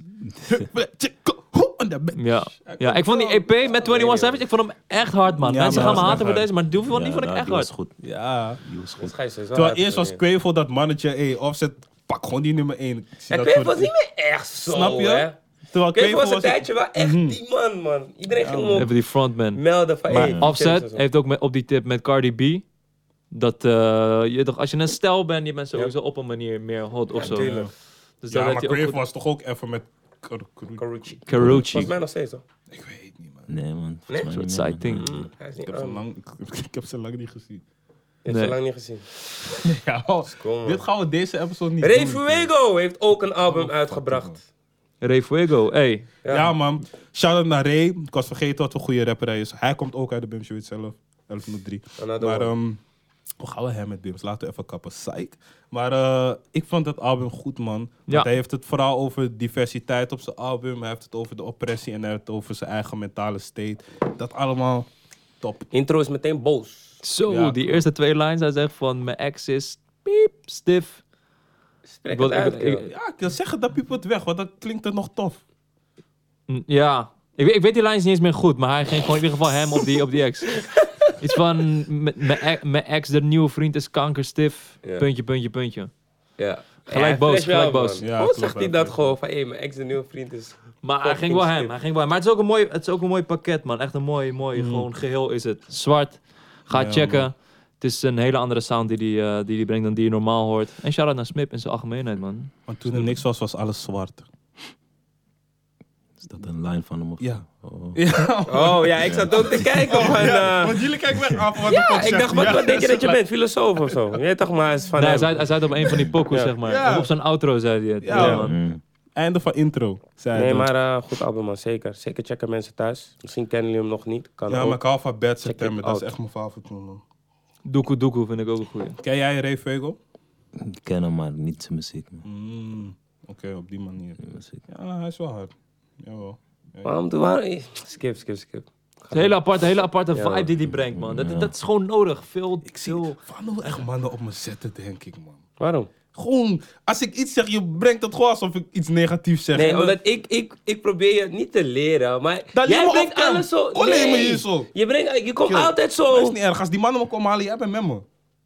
D: Ja. Ja, ik vond die E P met eenentwintig Savage, ik vond hem echt hard, man.
C: Ja,
D: Mensen
C: maar
D: gaan me
C: dat is
D: haten voor
C: echt
D: deze, maar die vond, die
B: Ja,
D: vond ik
B: nou,
D: echt
B: die was
D: hard.
B: goed.
C: Ja.
B: Die was
A: Dat
B: goed.
A: ga je sowieso
C: Terwijl
A: hard
C: eerst was
A: vinden.
C: Quavo dat mannetje, hey, Offset, pak gewoon die nummer één. Ik zie
A: Ja,
C: dat
A: Quavo
C: voor-
A: was niet meer echt zo,
C: Snap je?
A: hè?
C: Terwijl
A: Quavo was een
C: het-
A: tijdje wel echt
C: Mhm.
A: die man, man. Iedereen ging hem
D: Even
A: op
D: die frontman.
A: melden van,
D: Maar
A: hey,
D: Offset
A: dit is zo.
D: heeft ook met, op die tip met Cardi B, dat uh, je toch, als je een stijl bent, je bent sowieso op een manier meer hot of zo.
A: tuurlijk.
D: Dus
C: Ja,
D: dat
C: maar
D: heeft hij ook
C: Quavo
D: goed.
C: was toch ook even met... Kar- Kar-
A: Karuchi.
D: Karuchi.
A: Volgens mij nog steeds, hoor.
C: Ik weet niet, man.
B: Nee, man.
A: Nee?
B: volgens mij
D: Een soort
B: niet
D: side
B: meer,
D: thing.
B: man.
A: Mm, hij is
C: Ik
A: niet
C: heb, ze
A: arm.
C: lang, ik heb ze lang niet gezien.
A: Je hebt
D: Nee.
A: ze lang niet gezien.
C: Ja, oh,
A: Kom, man.
C: dit gaan we deze episode niet
A: Ray
C: doen.
A: Fuego heeft ook een album
C: Oh,
A: uitgebracht.
D: Ray Fuego, hey.
C: Ja. man. Shout-out naar Ray. Ik was vergeten wat een goede rapper hij is. Hij komt ook uit de Bims, je weet zelf. elf nul drie.
A: Another
C: Maar
A: one.
C: ehm hoe gaan we hem met Bims? Laten we even kappen. Psych. Maar eh, ik vond dat album goed, man. Want
D: Ja.
C: hij heeft het vooral over diversiteit op zijn album. Hij heeft het over de oppressie en hij heeft het over zijn eigen mentale state. Dat allemaal top.
A: Intro is meteen boos.
D: Zo,
C: Ja,
D: die
C: klopt.
D: eerste twee lines, hij zegt van, mijn ex is piep, stif.
A: Spreek
D: Ik wil-
A: het uit,
D: ik- ik-
A: joh.
C: Ja, ik wil zeggen dat piep het weg, want dan klinkt het nog tof.
D: Mm, Ja, ik, weet- ik weet die lines niet eens meer goed, maar hij ging gewoon in ieder geval hem op die, op die ex. Iets van, m- mijn ex- mijn ex, de nieuwe vriend is kankerstif,
A: Ja.
D: puntje, puntje, puntje.
A: Ja.
D: Gelijk
A: Ja,
D: boos,
A: flash wel,
D: gelijk boos.
A: man.
C: Ja,
A: Hoe
C: klopt,
A: zegt hij
C: ja,
A: dat
C: klopt.
A: gewoon? Van, hé, mijn ex de nieuwe vriend is...
D: Maar hij
A: Fucking
D: ging wel hem,
A: stif.
D: hij ging wel hem. Maar het is ook een mooi, het is ook een mooi pakket, man. Echt een mooi, mooi
C: Mhm.
D: gewoon geheel is het. Zwart, ga
C: Ja,
D: checken.
C: man.
D: Het is een hele andere sound die die, eh, die die brengt dan die je normaal hoort. En shout-out naar Smip in zijn algemeenheid, man.
C: Want toen er niks was, was alles zwart.
B: Is dat een line van hem? Of
C: Ja.
B: Oh.
C: Ja,
A: Oh ja, ik zat ook te kijken van... eh,
C: want jullie kijken weg af. Wat
A: ja,
C: de fuck
A: ik
C: zegt
A: dacht,
C: hij?
A: wat, wat
C: Ja,
A: denk je dat je
C: is
A: bent? Filosoof of zo? Je weet toch maar eens van
D: Nee, hij,
A: hem.
D: zei, hij zei het op een van die pokus,
A: Ja.
D: zeg maar.
C: Ja.
D: Of op zijn outro zei hij het.
C: Ja,
D: Ja,
C: man.
D: man.
B: Mm.
C: Einde van intro. Zei hij
A: Nee,
C: dan.
A: maar eh, goed album, man. Zeker. Zeker checken mensen thuis. Misschien kennen jullie hem nog niet. Kan
C: Ja,
A: ook.
C: maar ik hou van Bad
A: Check
C: September.
A: it
C: Dat is
A: out.
C: echt mijn favoriet, man.
D: Doekoe Doekoe vind ik ook een goeie.
C: Ken jij Ray Fuego?
B: Ik ken hem, maar niet zijn muziek. Man.
C: Mm, Oké, op die manier.
B: Zijn muziek.
C: Ja, hij is wel hard. Jawel. Ja, ja.
A: Waarom doe waarom? Skip, skip, skip.
D: een hele aparte, hele aparte
A: Ja.
D: vibe die die brengt, man. Dat,
B: Ja.
D: dat is gewoon nodig. Veel,
C: Ik zie
D: veel...
C: Fano echt mannen op me zetten, denk ik, man.
A: Waarom?
C: Gewoon, als ik iets zeg, je brengt het gewoon alsof ik iets negatiefs zeg.
A: Nee,
C: En dan-
A: omdat ik, ik, ik probeer je niet te leren, maar
C: Dan leer
A: jij
C: me
A: brengt
C: op, Cam.
A: alles zo...
C: Oh, leer me hier zo.
A: Je, brengt, je komt
C: Kill.
A: altijd
C: Maar is
A: zo...
C: niet erg. Als die mannen me komen halen, jij bent met me.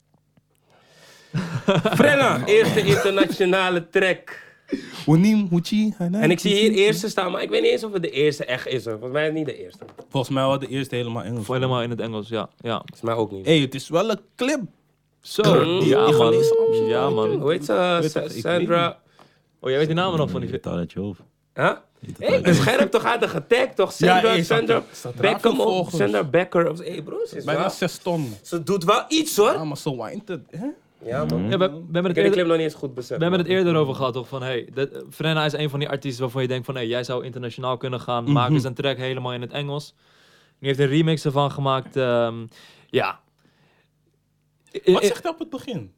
A: Frenna, eerste internationale track.
C: Wonim, Huchi,
A: En ik zie hier eerste staan, maar ik weet niet eens of het de eerste echt is. Hoor. Volgens mij is het niet de eerste.
C: Volgens mij wel de eerste helemaal Engels.
D: Helemaal in het Engels, ja. ja.
A: Volgens mij ook niet.
C: Hé, hey, het is wel een clip.
D: Zo,
A: Die-
D: ja,
C: die
D: man.
C: Ghanese optie.
D: Ja, man.
A: Hoe heet ze?
C: Weet
A: Sa-
C: het, ik
A: Sandra...
D: Oh, jij weet die namen nog van die...
B: Je taal uit je hoofd.
A: Huh?
B: Je taal
A: Hé,
B: uit
A: ik
B: je
A: ben scherp toch uit de getagd, toch? Sandra,
C: hey, staat-
A: Sandra
C: staat
A: Beckham
C: raken
A: of
C: volgers.
A: Sandra Becker. Hé hey bro, ze is
C: Bijna
A: wel...
C: zes ton.
A: Ze doet wel iets hoor.
C: Ja, maar zo wijnt het. Hè?
A: Ja man.
D: Ja, we, we, hebben
A: Ik
D: het
A: heb de
D: eerder,
A: clip nog niet eens goed beseft.
D: we hebben het
A: man.
D: eerder over gehad, toch? Van, hey, dat, uh, Frenna is een van die artiesten waarvan je denkt van... Hey, jij zou internationaal kunnen gaan.
C: Mhm.
D: Maken zijn track helemaal in het Engels. Die heeft een remix ervan gemaakt. ehm, ja. I-
C: Wat
D: i-
C: zegt hij op het begin?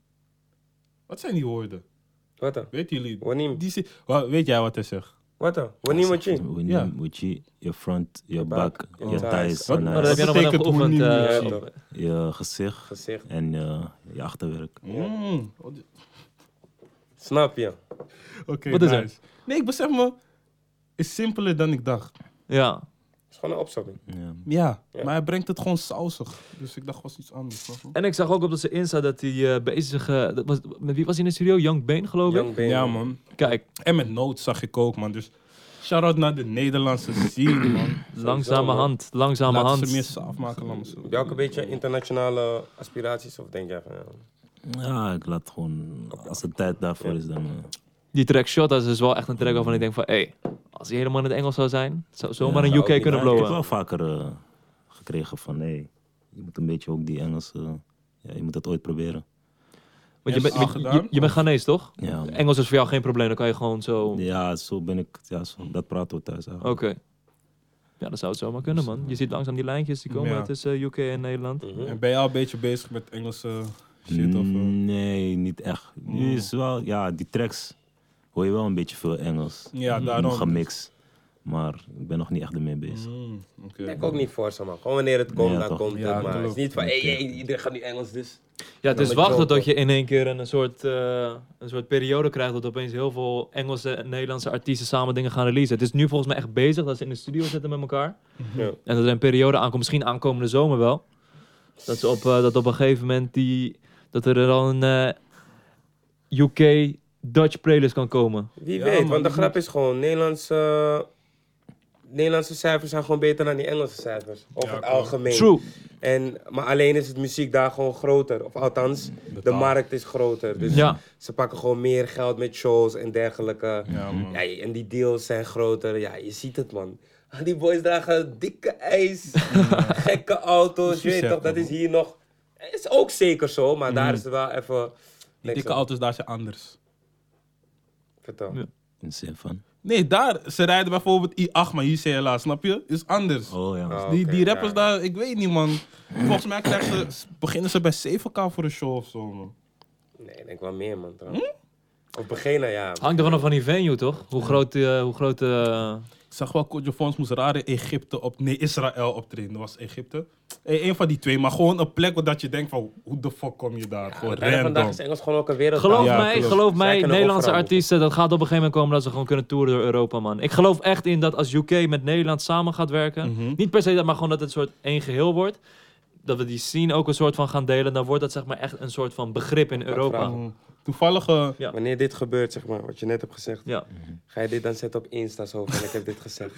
C: Wat zijn die woorden?
A: Wat dan?
C: Weten jullie?
A: Wanim.
C: Die zi- Wa- Weet jij wat hij zegt?
A: Wat dan? Wanim wat je?
B: When
C: Ja.
B: you, with you, your front, your
A: back,
B: back,
A: your
B: your
A: thighs.
B: thighs,
C: Wat-
B: en,
D: Maar
B: eh,
D: dat heb jij nog wel
C: betekent
D: geoefend.
C: hoe
D: eh,
A: niet- Ja,
D: op-
B: je gezicht
A: Gezicht.
B: en eh, je achterwerk.
C: Mm. Oh, di-
A: Snap je?
C: Oké,
D: Wat is
C: nice.
D: het?
C: Nee, ik besef me, is simpeler dan ik dacht.
D: ja.
A: Het is gewoon een opzomming.
B: Ja.
C: Ja,
A: Ja.
C: maar hij brengt het gewoon sausig. Dus ik dacht, was iets anders. snap je?
D: En ik zag ook op dat ze Insta dat hij eh, bezig... eh, dat was, met wie was hij in de studio? Young Bane, geloof ik?
A: Young Bane.
C: Ja, man.
D: Kijk,
C: En met Nood zag ik ook, man. Dus shout-out naar de Nederlandse scene, man.
D: langzamerhand.
C: Laten
D: Langzamerhand.
C: ze meer saaf maken, laat me zo.
A: Heb jij ook een beetje internationale aspiraties? Of denk jij van ja...
B: Ja, ik laat gewoon, als de tijd daarvoor is, dan... eh,
D: Die track Shot, dat is wel echt een track waarvan ik denk van... Hey, als hij helemaal in het Engels zou zijn, zou zomaar
B: Ja,
D: een
A: zou
D: U
A: ook
D: K kunnen
A: niet-
B: ik heb
D: blowen.
B: wel vaker eh, gekregen van, nee, je moet een beetje ook die Engels, eh, ja, je moet dat ooit proberen.
D: Want je,
C: Heb
D: bent
C: je
D: je,
C: al
D: je,
C: gedaan?
D: je bent Ghanese, toch?
B: Ja,
D: Engels is voor jou geen probleem, dan kan je gewoon zo...
B: ja zo ben ik, ja, zo, dat praten we thuis
D: Oké.
B: eigenlijk.
D: Ja, dat zou het zomaar kunnen, man. Je ziet langzaam die lijntjes die komen
C: Ja.
D: tussen U K en Nederland.
A: Mhm.
C: En ben je al een beetje bezig met Engelse shit? Of, eh?
B: Nee, niet echt. Nu is wel, ja, die tracks hoor je wel een beetje veel Engels.
C: Ja,
B: Mm,
C: daarom.
B: Gemixt. Maar ik ben nog niet echt ermee bezig.
C: Mm, oké.
A: Ik denk ook niet voor ze, man. Gewoon wanneer het komt,
B: Ja,
A: dan
B: toch.
A: komt
C: Ja,
A: het. Maar het is
C: klopt.
A: niet van, hé, hey, hey, iedereen gaat nu Engels, dus...
D: Ja, het
A: Dan
D: is
A: met
D: wachten
A: Joker.
D: tot je in één keer een, een, soort, eh, een soort periode krijgt dat opeens heel veel Engelse en Nederlandse artiesten samen dingen gaan releasen. Het is nu volgens mij echt bezig dat ze in de studio zitten met elkaar.
A: Ja.
D: En dat er een periode aankomt, misschien aankomende zomer wel. Dat, ze op, eh, dat op een gegeven moment die, dat er dan een eh, U K Dutch playlist kan komen.
A: Wie
C: Ja,
A: weet,
C: man,
A: want de
C: die
A: grap is gewoon, Nederlandse, Nederlandse cijfers zijn gewoon beter dan die Engelse cijfers. Over
C: Ja,
A: het
C: klopt.
A: algemeen.
D: True.
A: En, maar alleen is het muziek daar gewoon groter. Of althans, de
C: Betaald.
A: markt is groter. Dus
D: Ja.
A: ze pakken gewoon meer geld met shows en dergelijke.
C: Ja, man.
A: Ja, en die deals zijn groter. Ja, je ziet het, man. Die boys dragen dikke ijs, gekke auto's. Je weet
C: Bizar,
A: toch, dat
C: man.
A: is hier nog... Is ook zeker zo, maar daar is het wel even...
C: Die
A: niks
C: dikke
A: aan.
C: auto's daar zijn anders.
A: Vertel.
D: Ja.
B: In de zin van.
C: Nee, daar, ze rijden bijvoorbeeld I acht, maar hier C L A, snap je? Is anders.
B: Oh ja.
A: Oh.
C: die,
A: oké,
C: die rappers
A: ja.
C: daar, ik weet niet, man. Volgens mij krijgen ze, beginnen ze bij zeven k voor een show of zo, man.
A: Nee, ik denk wel meer, man.
C: Hm?
A: trouwens. Of beginnen, ja.
D: Hangt er vanaf van die venue, toch? Hoe groot, eh, hoe groot eh,
C: Ik zag wel, Kojo Fons moest raar in Egypte op, nee, Israël optreden. Dat was Egypte. Hey, een van die twee, maar gewoon een plek waar dat je denkt van, hoe de fuck kom je daar? gewoon
A: Uiteindelijk vandaag
C: random.
A: is Engels gewoon ook een wereld.
D: Geloof
C: Ja,
D: mij,
C: klopt.
D: geloof
A: Zij
D: mij,
A: kunnen
D: Nederlandse
A: overal
D: artiesten, dat gaat op een gegeven moment komen dat ze gewoon kunnen toeren door Europa, man. Ik geloof echt in dat als U K met Nederland samen gaat werken,
C: Mhm.
D: niet per se dat, maar gewoon dat het een soort één geheel wordt, dat we die scene ook een soort van gaan delen, dan wordt dat zeg maar echt een soort van begrip in Europa.
A: vragen?
C: Mm. Toevallig, eh,
D: Ja.
A: Wanneer dit gebeurt, zeg maar, wat je net hebt gezegd,
D: Ja.
A: ga je dit dan zetten op Insta zo van ik heb dit gezegd.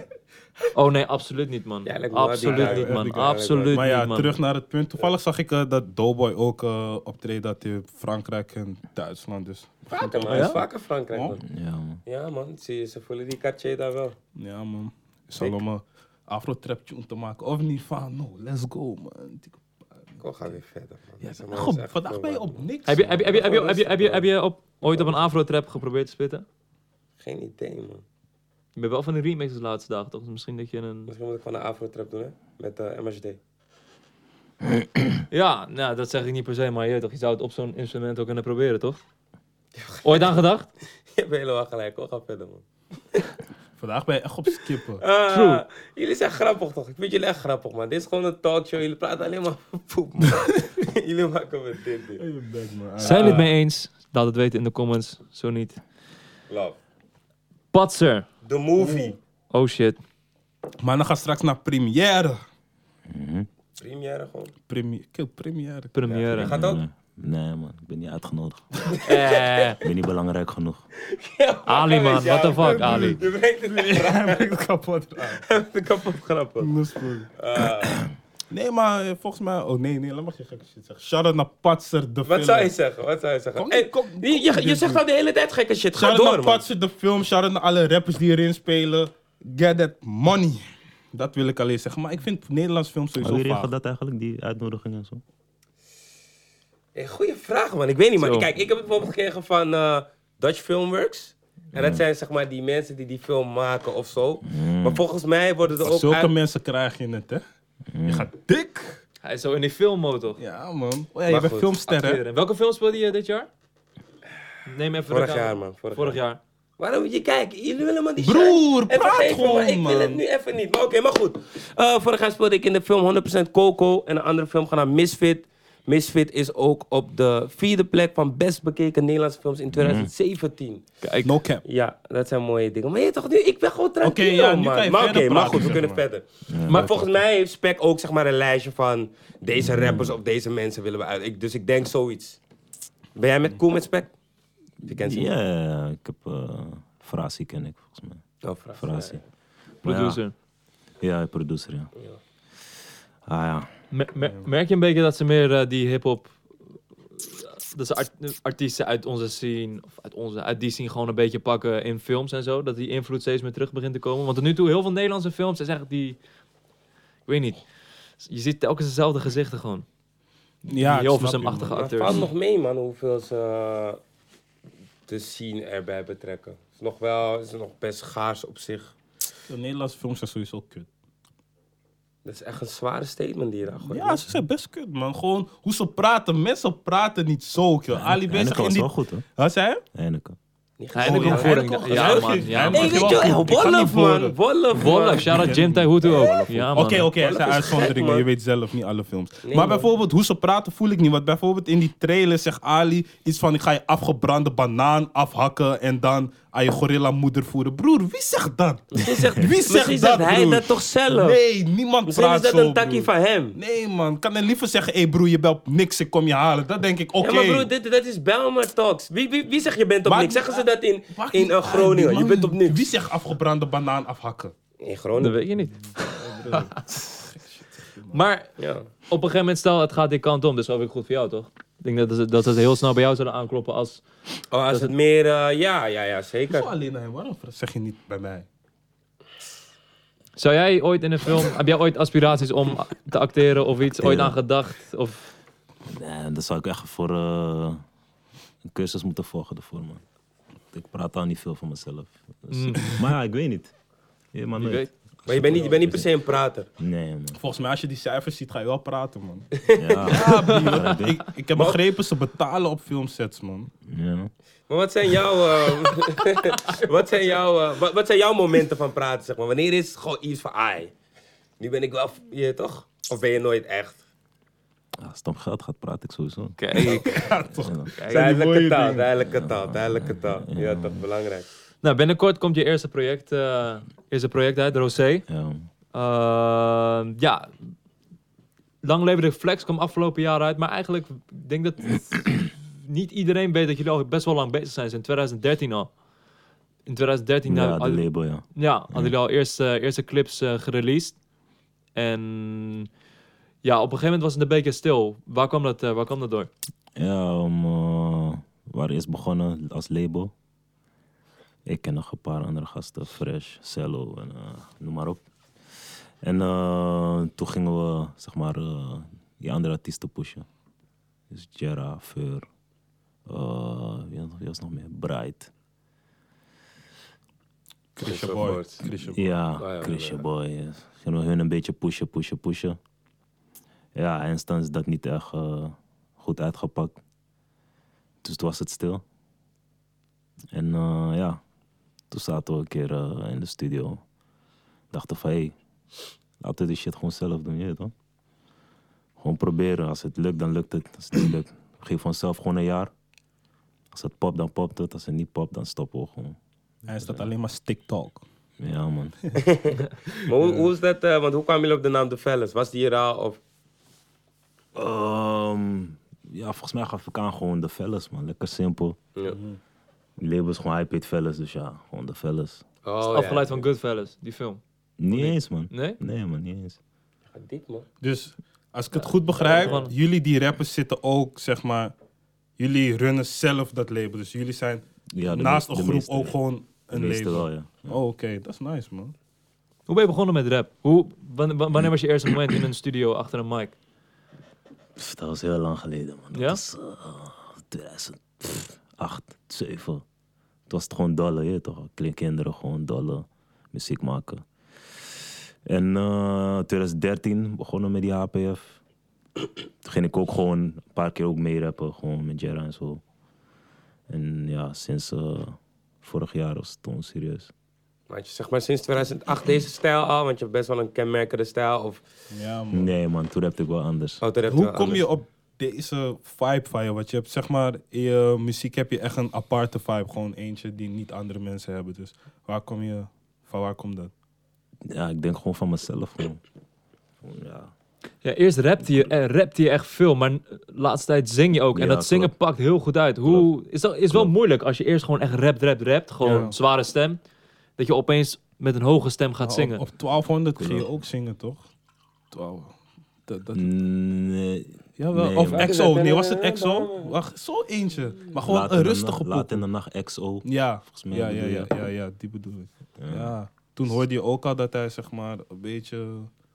D: Oh nee, absoluut niet, man.
A: Ja, lijkt me wel die
D: Absoluut
A: guy,
D: niet,
A: hè,
D: man.
A: die guy,
D: Absoluut
C: maar ja,
D: niet, man.
C: terug naar het punt. Toevallig zag ik eh, dat Doughboy ook eh optreedt dat in Frankrijk en Duitsland. Dus
A: Vaker, man.
D: Ja?
A: Is vaker Frankrijk,
C: Oh.
A: man.
B: Ja, man.
A: Ja, man. Zie je, ze voelen die Cartier daar wel.
C: ja, man. Ik zal hem een afro-trap tune te maken. Of niet van, no, let's go, man.
A: Kom, ga weer verder, man.
C: Ja,
A: Deze man
C: goh,
A: is echt
C: vandaag ben je
A: voorwaardig.
C: op niks.
D: Heb je,
C: man.
D: heb je, heb je, heb je, heb je, heb je, heb je op, ooit op een afro-trap geprobeerd te spitten?
A: Geen idee, man.
D: Je bent wel van de remixes de laatste dagen, toch? Dus misschien dat je een...
A: Misschien moet ik gewoon een afro-trap doen, hè? Met uh, M H D.
D: Ja, nou, dat zeg ik niet per se, maar je, weet toch, je zou het op zo'n instrument ook kunnen proberen, toch? Ooit aan gedacht?
A: Je hebt helemaal gelijk, hoor. Ga verder, man.
C: Vandaag ben je echt op skippen.
A: Ah,
D: True.
A: Jullie zijn grappig toch? Ik vind jullie echt grappig, man. Dit is gewoon een talkshow. Jullie praten alleen maar poep, man. Jullie maken me dit, dit.
C: Je bek, man.
D: Zijn jullie het mee eens? Laat het weten in de comments. Zo niet.
A: Love.
D: Patser.
A: The movie.
D: Oh shit.
C: Maar dan gaan straks naar première.
B: Mhm.
A: Première gewoon.
C: Première. Kill, première.
D: Première.
A: Je gaat ook?
B: Nee, nee, man, ik ben niet uitgenodigd.
D: Eh,
B: Ik ben niet belangrijk genoeg.
D: Ali, man. What the fuck, Ali?
A: Je brengt het niet
C: Hij brengt kapot aan.
A: kapot grappig.
C: Dat is goed.
A: Ah,
C: Nee, maar eh, volgens mij... Oh nee, nee, laat maar geen gekke shit zeggen. Shout-out naar Patser, de film.
A: wat zou je zeggen? Wat zou je zeggen?
C: Kom,
A: Hey,
C: kom.
A: je, je, je zegt al de hele tijd gekke shit. Ga
C: Shout-out
A: door,
C: naar
A: man.
C: Patser, de film. Shout-out naar alle rappers die erin spelen. Get that money. Dat wil ik alleen zeggen. Maar ik vind Nederlandse films
B: Maar
C: sowieso
B: wie
C: vaag.
B: regelt dat eigenlijk, die uitnodiging en zo?
A: Hey, goeie vraag, man. Ik weet niet, man.
D: Zo.
A: Kijk, ik heb het bijvoorbeeld gekregen van eh, Dutch Filmworks. En dat zijn zeg maar die mensen die die film maken of zo. Maar volgens mij worden er ook...
C: Zulke
A: uit-
C: mensen krijg je het, hè? Je gaat dik.
D: Hij is zo in die filmmode toch?
C: Ja, man. Oh, ja, je
A: Maar
C: bent
A: goed,
C: filmster, hè?
D: Acteren. Welke film speelde je dit jaar? Neem even
A: Vorig
D: de
A: jaar,
D: camera.
A: man. Vorig,
D: Vorig
A: jaar.
D: jaar.
A: Waarom je kijkt? Jullie willen maar die
C: Broer,
A: shine. Even
C: praat
A: geven,
C: gewoon,
A: maar ik wil het
C: man.
A: nu even niet. Maar oké, maar goed. Eh, vorig jaar speelde ik in de film honderd procent Coco. En een andere film genaamd Misfit. Misfit is ook op de vierde plek van best bekeken Nederlandse films in twintig zeventien.
D: Kijk,
C: No cap.
A: Ja, dat zijn mooie dingen. Maar je toch nu, ik ben gewoon tranquilo,
C: Oké, ja, nu
A: man.
C: kan je
A: maar oké,
C: verder
A: maar
C: praten,
A: goed, we
C: zeg
A: kunnen
C: maar.
A: verder. maar volgens mij heeft Spec ook zeg maar een lijstje van deze rappers of deze mensen willen we uit. Ik, dus ik denk zoiets. Ben jij met cool met Spec? Je kent ze niet?
B: Ja, ik heb... Uh, Frasi ken ik, volgens mij.
A: Oh, vraag.
B: Frasi.
D: producer.
B: Ja, producer, ja. Ah ja.
D: Me- me- merk je een beetje dat ze meer eh, die hip-hop. Dat ze art- artiesten uit onze scene, of uit, onze, uit die scene gewoon een beetje pakken in films en zo. Dat die invloed steeds meer terug begint te komen. Want tot nu toe, heel veel Nederlandse films is echt die. Ik weet niet. Je ziet telkens dezelfde gezichten gewoon.
C: Ja,
D: Die
C: ik snap
D: Hilversum-achtige
C: je, man.
A: Maar het
D: acteurs.
A: valt nog mee, man, hoeveel ze eh, de scene erbij betrekken. Het is nog wel, het is nog best schaars op zich.
C: De Nederlandse films zijn sowieso kut.
A: Dat is echt een zware statement die je daar gooit.
C: Ja, ze zijn best kut, man. Gewoon hoe ze praten. Mensen praten niet zo, joh. Ali bezig
B: Heineken
C: in
B: was
C: die...
B: wel goed, hoor.
C: Wat zei je?
B: Heineken.
A: Niet
D: Hij
A: gezien.
D: heeft
C: Oh,
D: ook
C: ja,
D: een voering.
C: Heineken-
D: Ja,
C: Heineken-
D: man. Ja,
C: Heineken-
D: man.
A: Hey, weet
C: wel
A: je wel,
C: goed.
A: hey,
C: Ik ga niet
A: Wolf, man.
C: voren.
A: Wolf,
D: Wolf,
A: man.
D: shout-out Jim Hutu ook. Ja, man.
C: Oké, oké, er
A: Wolf
C: zijn
A: is
C: uitzonderingen.
A: gek,
C: Je
A: man.
C: weet zelf niet alle films.
A: Nee,
C: maar
A: man.
C: bijvoorbeeld, hoe ze praten voel ik niet. Want bijvoorbeeld in die trailer zegt Ali iets van... ik ga je afgebrande banaan afhakken en dan aan je gorilla moeder voeren. Broer, wie zegt dat?
A: Misschien zegt,
C: Wie zegt
A: misschien
C: dat,
A: zegt hij
C: broer?
A: dat toch zelf?
C: Nee, niemand
A: Misschien
C: praat
A: is dat
C: zo,
A: een takkie
C: broer.
A: van hem.
C: Nee, man. Kan hij liever zeggen... hé hey broer, je bent op niks, ik kom je halen. Dat denk ik, oké.
A: Ja, maar broer, dit, dat is Belmer Talks. Wie, wie, wie zegt je bent op
C: Maar-
A: niks? Zeggen ze dat in,
C: Maakt
A: in
C: niet
A: uh,
C: uit,
A: Groningen? Je
C: man.
A: bent op niks.
C: Wie zegt afgebrande banaan afhakken?
A: In
D: Dat
A: Groningen.
D: weet je niet. Maar
A: Ja.
D: op een gegeven moment, stel het gaat die kant om, dus dat is ook goed voor jou, toch? Ik denk dat ze, dat ze het heel snel bij jou zullen aankloppen als...
A: Oh, als het meer... uh, ja, ja, ja,
C: Zo
A: zeker.
C: alleen naar hem. Waarom zeg je niet bij mij?
D: Zou jij ooit in een film... heb jij ooit aspiraties om te acteren of iets? Ooit
B: Ja.
D: aan gedacht? Of...
B: Nee, dan zou ik echt voor uh, een cursus moeten volgen ervoor, man. Ik praat al niet veel van mezelf. Dus,
D: Mm.
B: Maar ja, ik weet niet. Ja, maar
D: Wie
B: nooit.
D: weet.
A: Maar je bent niet, je bent niet per se een prater.
B: Nee, man.
C: Volgens mij, als je die cijfers ziet, ga je wel praten, man.
B: Ja,
C: Ja, broer.
B: ik,
C: ik, ik heb begrepen, ze betalen op filmsets, man.
B: ja.
A: Maar wat zijn jouw... uh, wat, zijn jouw uh, wat, wat zijn jouw momenten van praten, zeg maar? Wanneer is het gewoon iets van... Ai, nu ben ik wel... Je toch? Of ben je nooit echt?
B: Als het om geld gaat, praat ik sowieso.
D: Kijk.
B: Ja.
A: Duidelijke
C: mooie
A: taal,
C: dingen.
A: duidelijke taal, duidelijke taal. Ja, toch belangrijk.
D: Nou, binnenkort komt je eerste project, eh, eerste project uit, Rosé.
B: Ja.
D: Uh, ja, Lang Leven de Flex kwam afgelopen jaar uit, maar eigenlijk ik denk dat niet iedereen weet dat jullie al best wel lang bezig zijn. Sinds twintig dertien al. In twintig dertien
B: Ja,
D: nou,
B: de
D: hadden-
B: label, ja.
D: ja, hadden jullie al eerste, eerste clips uh, gereleased. En ja, op een gegeven moment was het een beetje stil. Waar kwam dat, uh, waar kwam dat door?
B: Ja, um, uh, we waren eerst begonnen als label. Ik ken nog een paar andere gasten, Fresh, Cello en uh, noem maar op. En uh, toen gingen we, zeg maar, uh, die andere artiesten pushen. Dus Jera, Feur, uh, wie, was, wie was nog meer? Bright.
C: Christian Boy. Christian Boy.
B: Ja,
A: ja,
B: Christian
A: ja.
B: Boy. Yes. Gingen we hun een beetje pushen, pushen, pushen. Ja, en dan is dat niet echt uh, goed uitgepakt. Dus toen was het stil. En uh, ja, Toen zaten we een keer uh, in de studio. Dachten van, hé, hey, laten we die shit gewoon zelf doen, je weet toch? Gewoon proberen. Als het lukt, dan lukt het. Als het niet lukt, geef onszelf gewoon een jaar. Als het popt, dan popt het. Als het niet popt, dan stoppen we gewoon.
C: Hij is dat alleen maar stick talk.
B: Ja, man.
A: Maar hoe, hoe is dat, uh, want hoe kwamen jullie op de naam The Fellas? Was die hier al of...
B: Um, ja, volgens mij gaf ik aan gewoon de Fellas, man. Lekker simpel.
A: Ja.
B: Die label is gewoon Hype It Fellas, dus ja, gewoon de Fellas.
A: Oh,
D: Is het afgeleid van Goodfellas, die film?
B: Niet eens, man.
D: Nee?
B: Nee, man, niet eens.
A: Ja, diep, man.
C: Dus als ik het goed begrijp,
D: Ja.
C: jullie die rappers zitten ook, zeg maar, jullie runnen zelf dat label. Dus jullie zijn
B: Ja, de
C: naast
B: meeste-
C: een
B: de
C: groep
B: meeste,
C: ook
B: ja.
C: gewoon
B: De
C: een
B: meeste
C: label.
B: wel, ja. Ja.
C: Oh, oké, dat is nice, man.
D: Hoe ben je begonnen met rap? Hoe, wan- wan- wanneer was je eerste moment in een studio achter een mic?
B: Pff, dat was heel lang geleden, man. Dat
D: Ja?
B: was uh, tweeduizend acht, zeven. Het was het gewoon dolle, je weet toch? Kleinkinderen gewoon dolle muziek maken. En uh, twintig dertien begonnen met die H P F. Toen ging ik ook gewoon een paar keer ook meerappen, gewoon met Jera en zo. En ja, sinds uh, vorig jaar was het toen serieus.
A: Maar had je zeg maar sinds tweeduizend acht deze stijl al? Want je hebt best wel een kenmerkende stijl. Of...
C: Ja, man.
B: Nee man, toen rapte ik wel anders.
A: Oh, toen heb je
C: Hoe
A: wel
C: kom je
A: anders.
C: op deze vibe van je? Want je hebt, zeg maar, in je muziek heb je echt een aparte vibe. Gewoon eentje die niet andere mensen hebben. Dus waar kom je, van waar komt dat?
B: Ja, ik denk gewoon van mezelf gewoon. Gewoon, ja.
D: Ja, eerst rapte je, eh, rapte je echt veel, maar de laatste tijd zing je ook. En
B: Ja,
D: dat zingen
B: klopt.
D: pakt heel goed uit. Hoe, is dat is wel
B: Klopt.
D: moeilijk als je eerst gewoon echt rapt, rapt, rapt. Gewoon
C: Ja.
D: zware stem. Dat je opeens met een hoge stem gaat
C: Maar
D: zingen.
C: Op, op twaalfhonderd ging je
B: Klopt.
C: ook zingen, toch? twaalf. Dat, dat,
B: Nee.
C: Jawel,
B: Nee,
C: of
B: man.
C: X O. Nee, was het X O? Wacht, zo eentje. Maar gewoon
B: Laat
C: een
B: in de
C: rustige
B: nacht- Laat in
C: pokoe.
B: de nacht X O.
C: Ja,
B: Volgens mij
C: ja, ja,
B: bedoel
C: ja,
B: je.
C: ja, ja, die bedoel ik.
B: Ja.
C: Ja. Toen hoorde je ook al dat hij, zeg maar, een beetje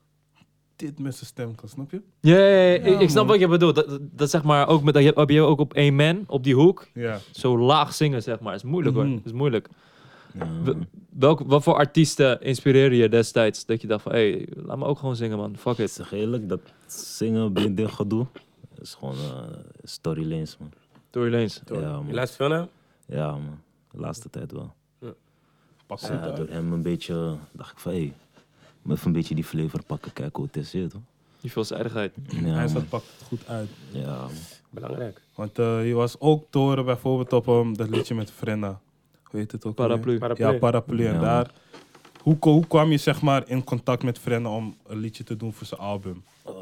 C: dit met zijn stem kan, snap je?
D: Ja, ja, ja, ik-
C: Ja,
D: ik snap
C: man.
D: wat je bedoelt. Dat, dat, dat zeg maar ook met dat je heb je ook op één man op die hoek
C: Ja.
D: zo laag zingen zeg maar. Is moeilijk
C: Mhm.
D: hoor. Is moeilijk.
B: Ja,
D: W-
B: man.
D: welk, wat voor artiesten inspireerde je destijds dat je dacht van, hé, hey, laat me ook gewoon zingen man. Fuck
B: Ik
D: it.
B: zeg eerlijk, dat zingen, blinde gedoe, is gewoon uh, storylanes, man.
D: Tory Lanez.
B: Ja,
A: Je
B: man.
A: luistert veel naar?
B: Ja, man. De laatste tijd wel.
C: Pak goed
B: Ja,
C: uit.
B: door hem een beetje, dacht ik van, hé, hey, even een beetje die flavor pakken, kijken hoe het is, je weet toch?
D: Die veelzijdigheid.
B: Ja,
C: Hij
B: man.
C: zat pakt het goed uit.
B: Ja, man.
A: Belangrijk.
C: Want eh, je was ook te horen bijvoorbeeld op um, dat liedje met Frenna. Hoe heet het ook? alweer?
D: Paraplu.
A: Paraplu.
C: Ja, Paraplu. En
B: Ja,
C: daar, hoe, ko- hoe kwam je, zeg maar, in contact met Frenna om een liedje te doen voor zijn album?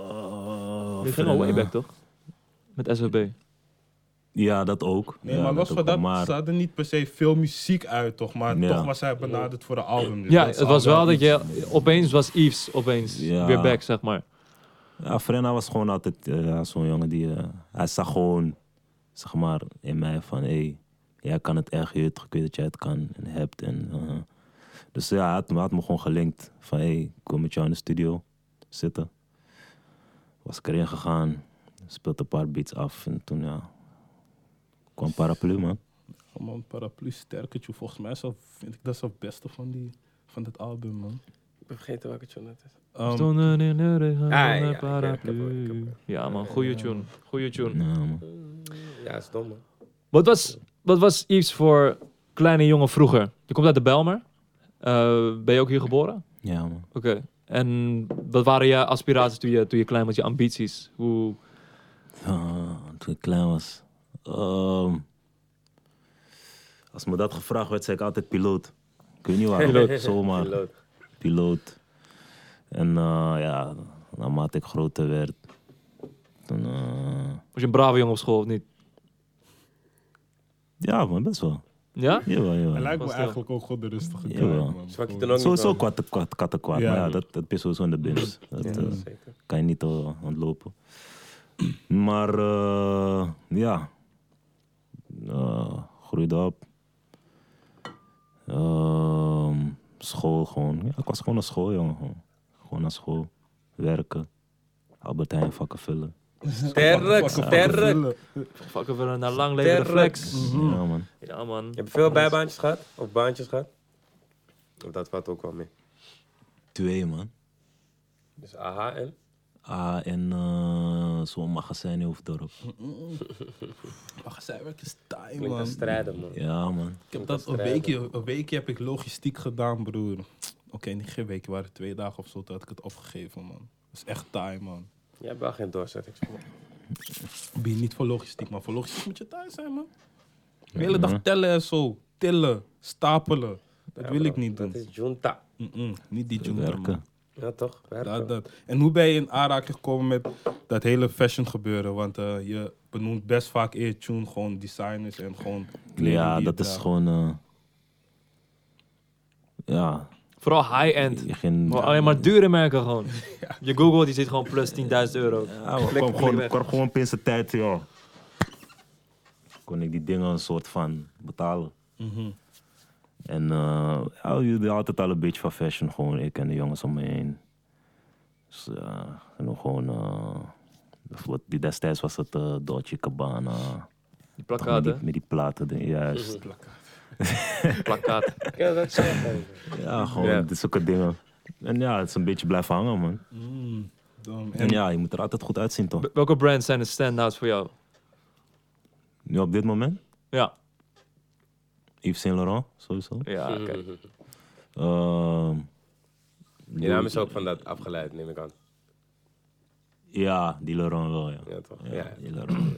B: Oh,
D: Dit ging al way
B: Frenna.
D: back toch? Met S O B.
B: Ja, dat ook.
C: Nee,
B: ja,
C: maar los
B: ook
C: van
B: wel,
C: dat,
B: maar
C: ze hadden niet per se veel muziek uit, toch? Maar
B: Ja.
C: toch was hij benaderd voor een album. Dus
D: Ja,
C: dat is
D: het
C: al
D: was wel dat
C: iets.
D: je opeens was Yves opeens
B: Ja.
D: weer back zeg maar.
B: Ja, Frenna was gewoon altijd eh, ja, zo'n jongen die... eh, hij zag gewoon, zeg maar, in mij van... Hé, hey, jij kan het echt, je weet toch, ik weet dat jij het kan en hebt. En, eh, dus ja, hij had, hij had me gewoon gelinkt van... Hé, hey, ik kom met jou in de studio zitten. Was ik erin gegaan, speelde een paar beats af. En toen, ja, kwam Paraplu, man.
C: Oh man, Paraplu sterkertje. Volgens mij zo, vind ik dat zo het beste van, die, van dit album, man.
A: Ik ben vergeten welke tune het is.
C: Um,
D: Stonden in de regen
A: Ah, ja,
D: van de
A: ja, ik heb- ik heb-
D: paraplu.
A: ik heb-
D: Ja man, goede tune. Goede tune.
B: Ja, man.
A: Ja, is dom, man.
D: Wat was, wat was Yves voor kleine jongen vroeger? Je komt uit de Bijlmer. Eh, ben je ook hier geboren?
B: Ja, man.
D: Oké. En wat waren je aspiraties toen je, toen je klein was, je ambities? Hoe...
B: Ah, toen ik klein was. Ehm, als me dat gevraagd werd, zei ik altijd piloot. Ik weet niet waarom.
D: Piloot.
B: Zomaar.
A: Piloot.
B: Piloot. En uh, ja, naarmate ik groter werd, toen... Uh,
D: Was je een brave jongen op school of niet?
B: ja, man, best wel.
D: Ja?
B: Jawel,
C: hij
B: jawel.
C: lijkt me
D: Was
C: eigenlijk ook gewoon de rustige
B: Ja,
C: guy,
B: wel.
C: man.
A: Zwak je
C: Gewoon-
A: ten ook niet
B: Sowieso
A: van?
B: kwart, kwart, kattenkwaad,
C: Ja.
B: maar ja, dat, dat is sowieso in de bims. Dat
A: Ja,
B: eh,
A: zeker.
B: kan je niet uh, ontlopen. Maar uh, ja, uh, groeide op. Ehm, school gewoon. Ja, ik was gewoon naar school, jongen. Gewoon, gewoon naar school, werken, Albert Heijn vakken vullen.
A: Sterk, sterk.
D: Fucken we naar lang leven reflex.
C: Mhm.
B: Ja, man.
D: Ja man.
A: Heb je veel bijbaantjes gehad? Of baantjes gehad? Of dat valt ook wel mee.
B: Twee, man.
A: Dus A H en?
B: Ah, en uh, zo'n magazijn in Hoofddorp.
C: Magazijnwerk is taai,
A: Klinkt
C: man.
A: als strijden, man.
B: Ja, man.
C: Ik heb dat een weekje, een weekje heb ik logistiek gedaan, broer. Oké, okay, niet geen weekje, waren twee dagen of zo, toen had ik het opgegeven, man. Dat is echt taai, man.
A: Jij hebt wel geen doorzettingsvermogen.
C: Ben je niet voor logistiek, man. Voor logistiek moet je thuis zijn, man. De hele dag tellen en zo. Tillen, stapelen. Dat
A: Ja,
C: wil
A: bro,
C: ik niet doen.
A: Dat is junta.
C: Mm-mm, niet die junta,
B: Werken.
C: man.
A: Ja, toch? Werken.
C: Dat, dat. En hoe ben je in aanraking gekomen met dat hele fashion gebeuren? Want uh, je benoemt best vaak eer tune, gewoon designers en gewoon... kleding
B: Ja,
C: die je
B: dat is
C: draagt.
B: gewoon... Uh, ja.
D: Vooral high-end.
B: Je ging,
D: Maar alleen maar dure merken gewoon. Je Google die zit gewoon plus tienduizend euro.
B: Ja, maar
A: Klik,
B: gewoon,
A: klik
B: gewoon,
A: weg.
B: kon gewoon op in zijn tijd, ja. Kon ik die dingen een soort van betalen.
C: Mhm.
B: En uh, ja, we hadden altijd al een beetje van fashion, gewoon ik en de jongens om me heen. Dus ja, en dan gewoon, uh, wat, die destijds was het uh, Dolce Gabbana.
D: Die
B: Toch met,
D: plakkaten.
B: die, met die platen, de- juist.
D: Plakkaat.
A: Ja, dat zou je
B: Ja, gewoon
A: Ja.
B: dit zulke dingen. En ja, het is een beetje blijven hangen, man.
C: Mm, dom.
B: En ja, je moet er altijd goed uitzien, toch?
D: Welke brands zijn de standouts voor jou?
B: Nu op dit moment,
D: Ja.
B: Yves Saint Laurent, sowieso.
D: Ja, oké.
B: Ehm,
A: Je naam is ook van dat afgeleid, neem ik aan.
B: Ja, die Laurent wel, ja.
A: Ja, toch?
B: Ja,
A: Ja.
B: die Laurent.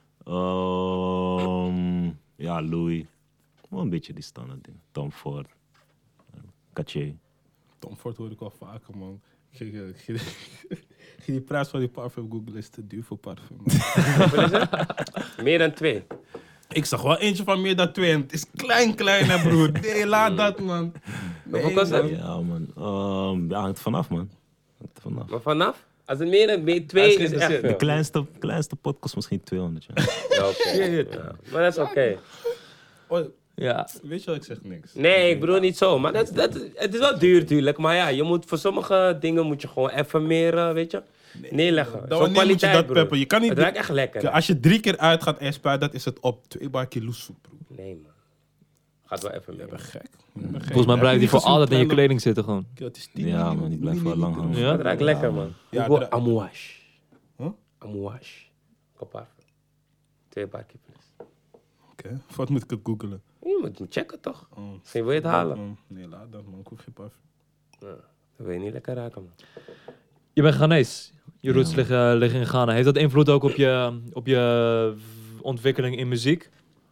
B: Ehm, ja, Louis. Wel een beetje die standaard dingen. Tom Ford. Cartier.
C: Tom Ford hoor ik al vaker, man. Ik ging, eh, ik ging, ik ging die prijs van die parfum googlen, is te duur voor parfum, man.
A: Hoeveel is het? Meer dan twee.
C: Ik zag wel eentje van meer dan twee en het is klein, klein, hè, broer. Nee, laat dat, man.
A: Hoeveel kost dat?
C: man.
B: Ja, man. Ehm, ja, hangt vanaf, man. Hangt vanaf.
A: Maar vanaf? Als het meer dan meer- twee
C: Hij is
A: is echt
C: geïnteresseerd.
A: veel.
B: De kleinste, kleinste pot kost misschien tweehonderd, ja.
A: Ja, oké. Ja. Maar dat is oké.
C: Oh,
D: Ja.
C: weet je wat, ik zeg niks.
A: Nee, ik bedoel niet zo. Maar dat, dat, het is wel duur natuurlijk. Maar ja, je moet, voor sommige dingen moet je gewoon even meer, eh, weet je, neerleggen.
C: Dan
A: Zo'n
C: wanneer moet je
A: kwaliteit,
C: dat
A: broer.
C: peppen? Je kan niet
A: Het
C: doen-
A: ruikt echt lekker.
C: Kijk, als je drie keer uitgaat en je spuit, dat is het op. Twee bar kilosoep, broer.
A: Nee, man. Gaat wel even
C: Je
A: meer.
C: bent gek. Je bent gek.
D: Volgens mij
C: Heb
D: blijft
C: je
D: die voor
C: gezien,
D: altijd in je
C: kleine-
D: kleding zitten gewoon.
C: Kijk, het is tien
B: Ja,
C: milli-
B: man, die blijft wel
C: milliliter.
B: lang hangen.
D: Ja?
A: Het ruikt lekker, man.
C: Ja,
A: Google
C: dat-
A: Amouage.
C: Huh?
A: Amouage. Kopaf. Twee paar keer plus.
C: Oké, wat moet ik het googelen?
A: Je moet hem checken, toch?
C: Oh,
A: Misschien wil je het halen.
C: man. Nee, laat dat, man. Ik hoef geen parfum.
A: Ja, dat wil je niet lekker ruiken, man.
D: Je bent Ghanese. Je roots
B: Ja.
D: liggen, liggen in Ghana. Heeft dat invloed ook op je, op je ontwikkeling in muziek?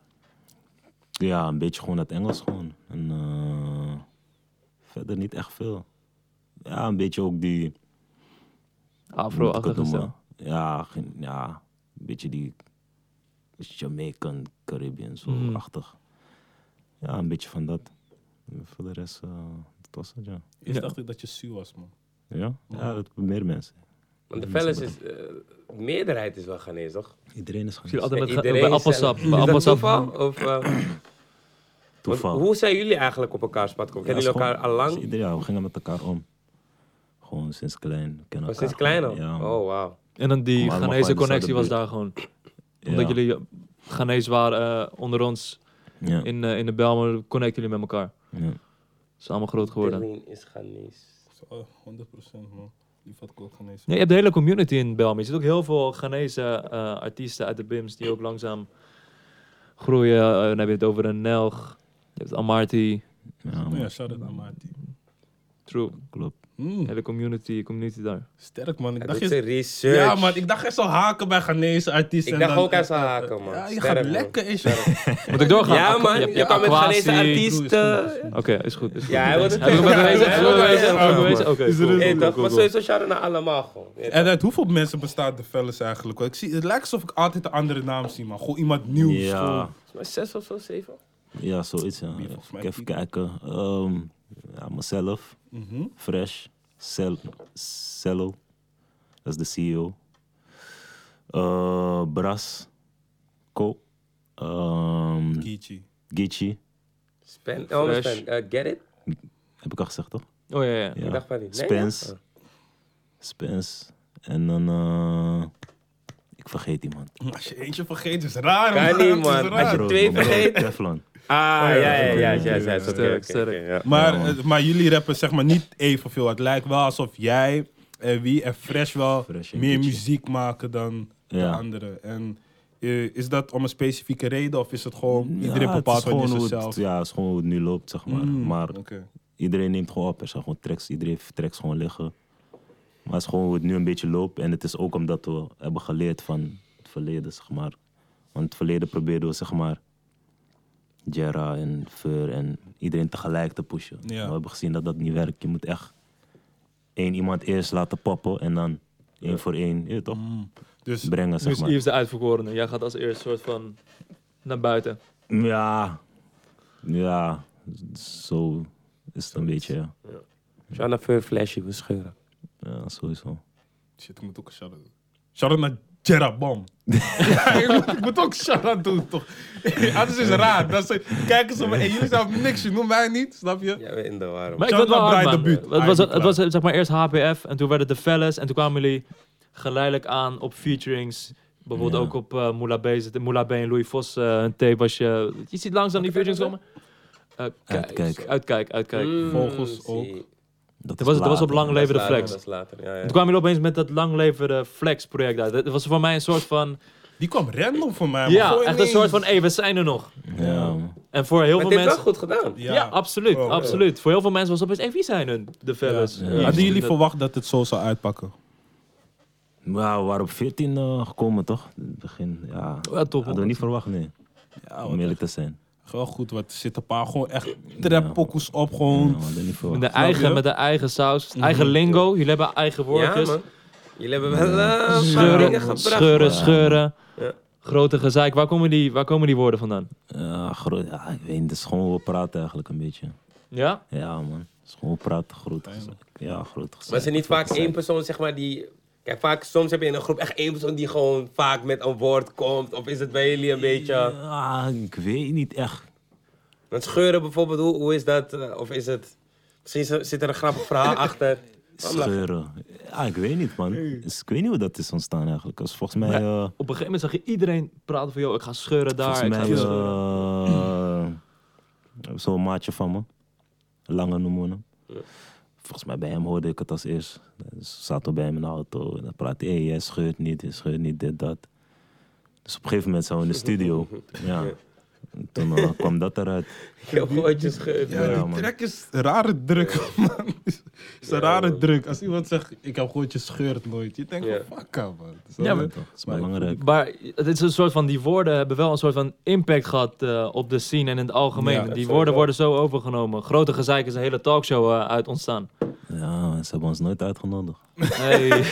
B: Ja, een beetje gewoon het Engels gewoon. En eh, verder niet echt veel. Ja, een beetje ook die... hoe moet ik het
D: Afro-achtige
B: noemen?
D: stijl.
B: Ja, geen- ja, een beetje die Jamaican, Caribbean, zo
D: Mhm.
B: achtig. Ja, een beetje van dat. En voor de rest, eh dat was het, ja.
C: Eerst
D: Ja.
C: dacht ik dat je Su was, man.
B: Ja, ja dat meer mensen.
A: Want de fellas is... eh, de meerderheid is wel Ghanese, toch?
B: Iedereen is
D: Ik zie
B: gewoon
D: altijd met,
A: Iedereen
D: bij
A: is-
D: appelsap.
A: Is
D: Bij
A: dat
D: appelsap.
A: toeval? Of, eh, want
B: toeval.
A: hoe zijn jullie eigenlijk op elkaars pad gekomen?
B: Ja,
A: Kennen jullie
B: is
A: elkaar
B: gewoon-
A: al
B: is
A: lang?
B: ieder- ja, we gingen met elkaar om. Gewoon sinds klein. We kennen
A: Oh, sinds
B: elkaar
A: klein al?
B: gewoon. Ja, man.
A: Oh, wauw.
D: En dan die
B: Maar allemaal
D: Ghanese
B: gewoon in
D: connectie was
B: dezelfde
D: daar gewoon.
B: Ja.
D: Omdat jullie Ghanese waren eh, onder ons
B: Ja.
D: in, eh, in de Belmer, connecten jullie met elkaar.
B: Ja.
D: Het is allemaal groot geworden.
A: Derwin is Ghanese.
C: Zo, honderd procent, man. Lief had ik ook genezen.
D: Ja, je hebt de hele community in Belmer. Je ziet ook heel veel Ghanese eh, artiesten uit de B I M's die ook langzaam groeien. Eh, dan heb je het over een Nelg. Je hebt Amarty.
B: Ja, man.
C: Ja, shout-out aan Marty.
D: True.
B: Klopt.
C: Mm,
D: Hele community, community daar.
C: sterk, man. Ik
A: Hij
C: dacht
A: doet
C: eerst...
A: zijn research.
C: Ja, man. Ik dacht echt zo haken bij Ghanese artiesten.
A: Ik
C: en
A: dacht
C: dan-
A: ook hij zou haken, man.
C: Ja, je
A: Sterk,
C: gaat
A: man.
C: lekker, is
D: Moet ik doorgaan?
A: Ja,
D: Aqua-
A: man.
D: Je,
A: Je,
D: hebt- je
A: kan met
D: Aquasi.
A: Ghanese artiesten...
C: Broer,
D: Oké, is goed. Is goed.
A: Ja, hij wordt het
D: Heb ik hem
A: tegen-
D: bewezen?
A: Ja,
D: Heb ik hem
A: hij wordt
D: bewezen?
A: het
D: Heb ik hem
A: tegen-
D: bewezen? Oké,
C: Is er
D: cool,
C: een-
A: Hey,
D: cool,
A: toch,
D: cool,
A: maar
D: cool.
A: sowieso shout-out naar allemaal gewoon. Ja,
C: En uit hoeveel mensen bestaat de fellas eigenlijk? Want ik zie, het lijkt alsof ik altijd een andere naam zie, man. Gewoon iemand nieuws.
B: Ja,
C: gewoon.
A: maar zes of zo, zeven?
B: ja, zoiets, ja.
C: Wie volgens mij
B: Even
C: tien.
B: kijken. Ehm, ja, mezelf.
C: Mhm.
B: Fresh. Cel Cello. Dat is de C E O. Eh, Bras. Co. ehm
C: Kichi.
B: Gichi.
A: Span, oh,
D: Fresh.
A: Span. Eh, get it?
B: Heb ik al gezegd, toch?
D: Oh ja, ja.
B: Ja.
A: Ik dacht van niet. Nee,
B: Spence.
A: ja?
B: Spence. En dan... eh, ik vergeet iemand.
C: Als je eentje vergeet, is raar,
A: Kan
C: man.
A: niet,
C: Het is
A: man.
C: raar.
A: Als je
B: Bro,
A: twee
B: bro,
A: vergeet-
B: Teflon.
A: Ah, ja, ja, ja, ja, ja, ja,
C: Sterk,
A: oké, oké,
D: sterk.
A: oké, ja.
C: Maar,
B: Ja, man.
C: eh, maar jullie rappen zeg maar niet evenveel. Het lijkt wel alsof jij en wie en Fresh wel
B: Fresh en
C: meer
B: Gucci.
C: muziek maken dan de
B: Ja.
C: anderen. En eh, is dat om een specifieke reden of is het gewoon
B: Ja,
C: iedereen
B: het is
C: bepaalt
B: gewoon
C: wanneer
B: hoe
C: ze
B: het-
C: zelf?
B: Ja, het is gewoon hoe het nu loopt, zeg maar.
C: Mm,
B: Maar
C: oké.
B: iedereen neemt gewoon op. Er zijn gewoon tracks, iedereen heeft tracks gewoon liggen. Maar het is gewoon hoe het nu een beetje loopt. En het is ook omdat we hebben geleerd van het verleden, zeg maar. Want in het verleden probeerden we, zeg maar, Jera en Fur en iedereen tegelijk te pushen.
C: Ja.
B: Maar we hebben gezien dat dat niet werkt. Je moet echt één iemand eerst laten poppen en dan één voor één, je weet toch,
C: Dus
B: brengen,
D: Nu
B: zeg
D: is
B: maar.
D: Yves de uitverkorene. Jij gaat als eerste soort van naar buiten.
B: Ja, ja, zo is het een beetje, ja.
A: Shana Fur Flashy, we scheuren.
B: Ja, sowieso.
C: shit, ik moet ook een shout-out doen. Shout-out naar Jera Bom. Ja, ik, moet, ik moet ook shout-out doen, toch? Anders is het raar. Dat ze, kijken ze me, hey, jullie zijn niks, je noemt mij niet, snap je?
A: Ja, we in de war.
D: Maar ik
C: Shout
D: vond het wel
C: out
D: hard,
C: Brian
D: man.
C: debuut.
D: Het was,
C: Hij is
D: het was zeg maar eerst H P F en toen werden de Fellas en toen kwamen jullie geleidelijk aan op featurings. Bijvoorbeeld
B: Ja.
D: ook op uh, Moula B. zitten. Moula B en Louis Vos uh, een tape was je... Je ziet langzaam die featurings komen. Uh, kijk,
B: Uitkijk.
D: Uitkijk, uitkijk.
A: Mm,
C: Vogels ook.
A: zie.
B: Dat,
D: Dat was, dat was op Lang
A: Dat
D: Leven
A: is
D: de
A: later,
D: Flex.
A: Dat is later, ja, ja.
D: Toen kwamen jullie opeens met dat Lang Leven de Flex project uit. Dat was voor mij een soort van...
C: Die kwam random voor mij. maar
D: Ja,
C: gewoon
D: echt een
C: ineens.
D: soort van, hé, we zijn er nog.
B: Ja, man.
D: En voor heel
A: Maar
D: veel
A: dit is wel
D: mensen...
A: goed gedaan.
C: Ja,
D: Ja, absoluut,
C: Oh,
D: absoluut. Voor heel veel mensen was het opeens, hé, wie zijn hun? De Fellas.
C: Ja.
B: Ja.
D: Ja.
C: Hadden jullie
D: Dat-
C: verwacht dat het zo zou uitpakken?
B: Ja, we waren op veertien uh, gekomen, toch? In het begin, ja.
D: Ja, toch.
B: Hadden we niet verwacht, nee.
C: Ja,
B: Om eerlijk te zijn.
C: wel goed. Want er zitten een paar gewoon echt trap-pokoes op. Gewoon.
B: Ja, we hadden niet verwacht.
D: Met de
C: Snap
D: eigen,
C: je?
D: met de eigen saus, eigen lingo. Jullie hebben eigen
A: Ja,
D: woordjes.
A: man. Jullie hebben wel eh, een paar
D: scheuren,
A: dingen gebracht.
D: scheuren,
A: man.
D: scheuren.
A: Ja.
D: Grote gezeik. Waar komen, die, waar komen die woorden vandaan?
B: Ja, groot, ja, ik weet niet. Het is gewoon hoe we praten eigenlijk een beetje.
D: Ja?
B: Ja, man. Het is gewoon praten groot. gezegd. Ja, groot gezegd.
A: Maar is er niet vaak
B: Groot
A: één
B: gezegd.
A: persoon, zeg maar, die... Kijk, vaak, soms heb je in een groep echt één persoon die gewoon vaak met een woord komt. Of is het bij jullie een beetje...
B: Ja, ik weet niet echt.
A: Want scheuren bijvoorbeeld, hoe, hoe is dat? eh, Of is het... Misschien zo- zit er een grappig verhaal achter.
B: Scheuren. Ja, ik weet niet, man. Dus ik weet niet hoe dat is ontstaan eigenlijk. Dus volgens mij...
D: Maar-
B: eh,
D: Op een gegeven moment zag je iedereen praten van, joh, ik ga scheuren daar.
B: volgens
D: Ik ga
B: mij...
D: scheuren.
B: eh, Zo'n maatje van me. Lange noemen we hem. Volgens mij bij hem hoorde ik het als eerst. Dus zaten we bij hem in de auto en dan praatte hij, hey, jij scheurt niet, je scheurt niet, dit, dat. Dus op een gegeven moment zijn we in de studio. Ja. En toen eh, kwam dat eruit.
A: Heel woordjes scheuren.
C: Ja,
B: Ja,
C: die
B: man.
C: track is rare druk, man. is is een
A: Ja,
C: rare
A: man.
C: druk. Als iemand zegt, ik heb gewoon je scheurt nooit. Je denkt
A: Ja.
C: van, fuck up, man. Zo,
D: Ja, maar-
B: Dat is belangrijk.
D: Maar het is een soort van, die woorden hebben wel een soort van impact gehad eh, op de scene en in het algemeen.
C: Ja,
D: die
A: sowieso.
D: woorden worden zo overgenomen. Grote gezeik is een hele talkshow eh, uit ontstaan.
B: Ja, ze hebben ons nooit uitgenodigd.
D: Hey.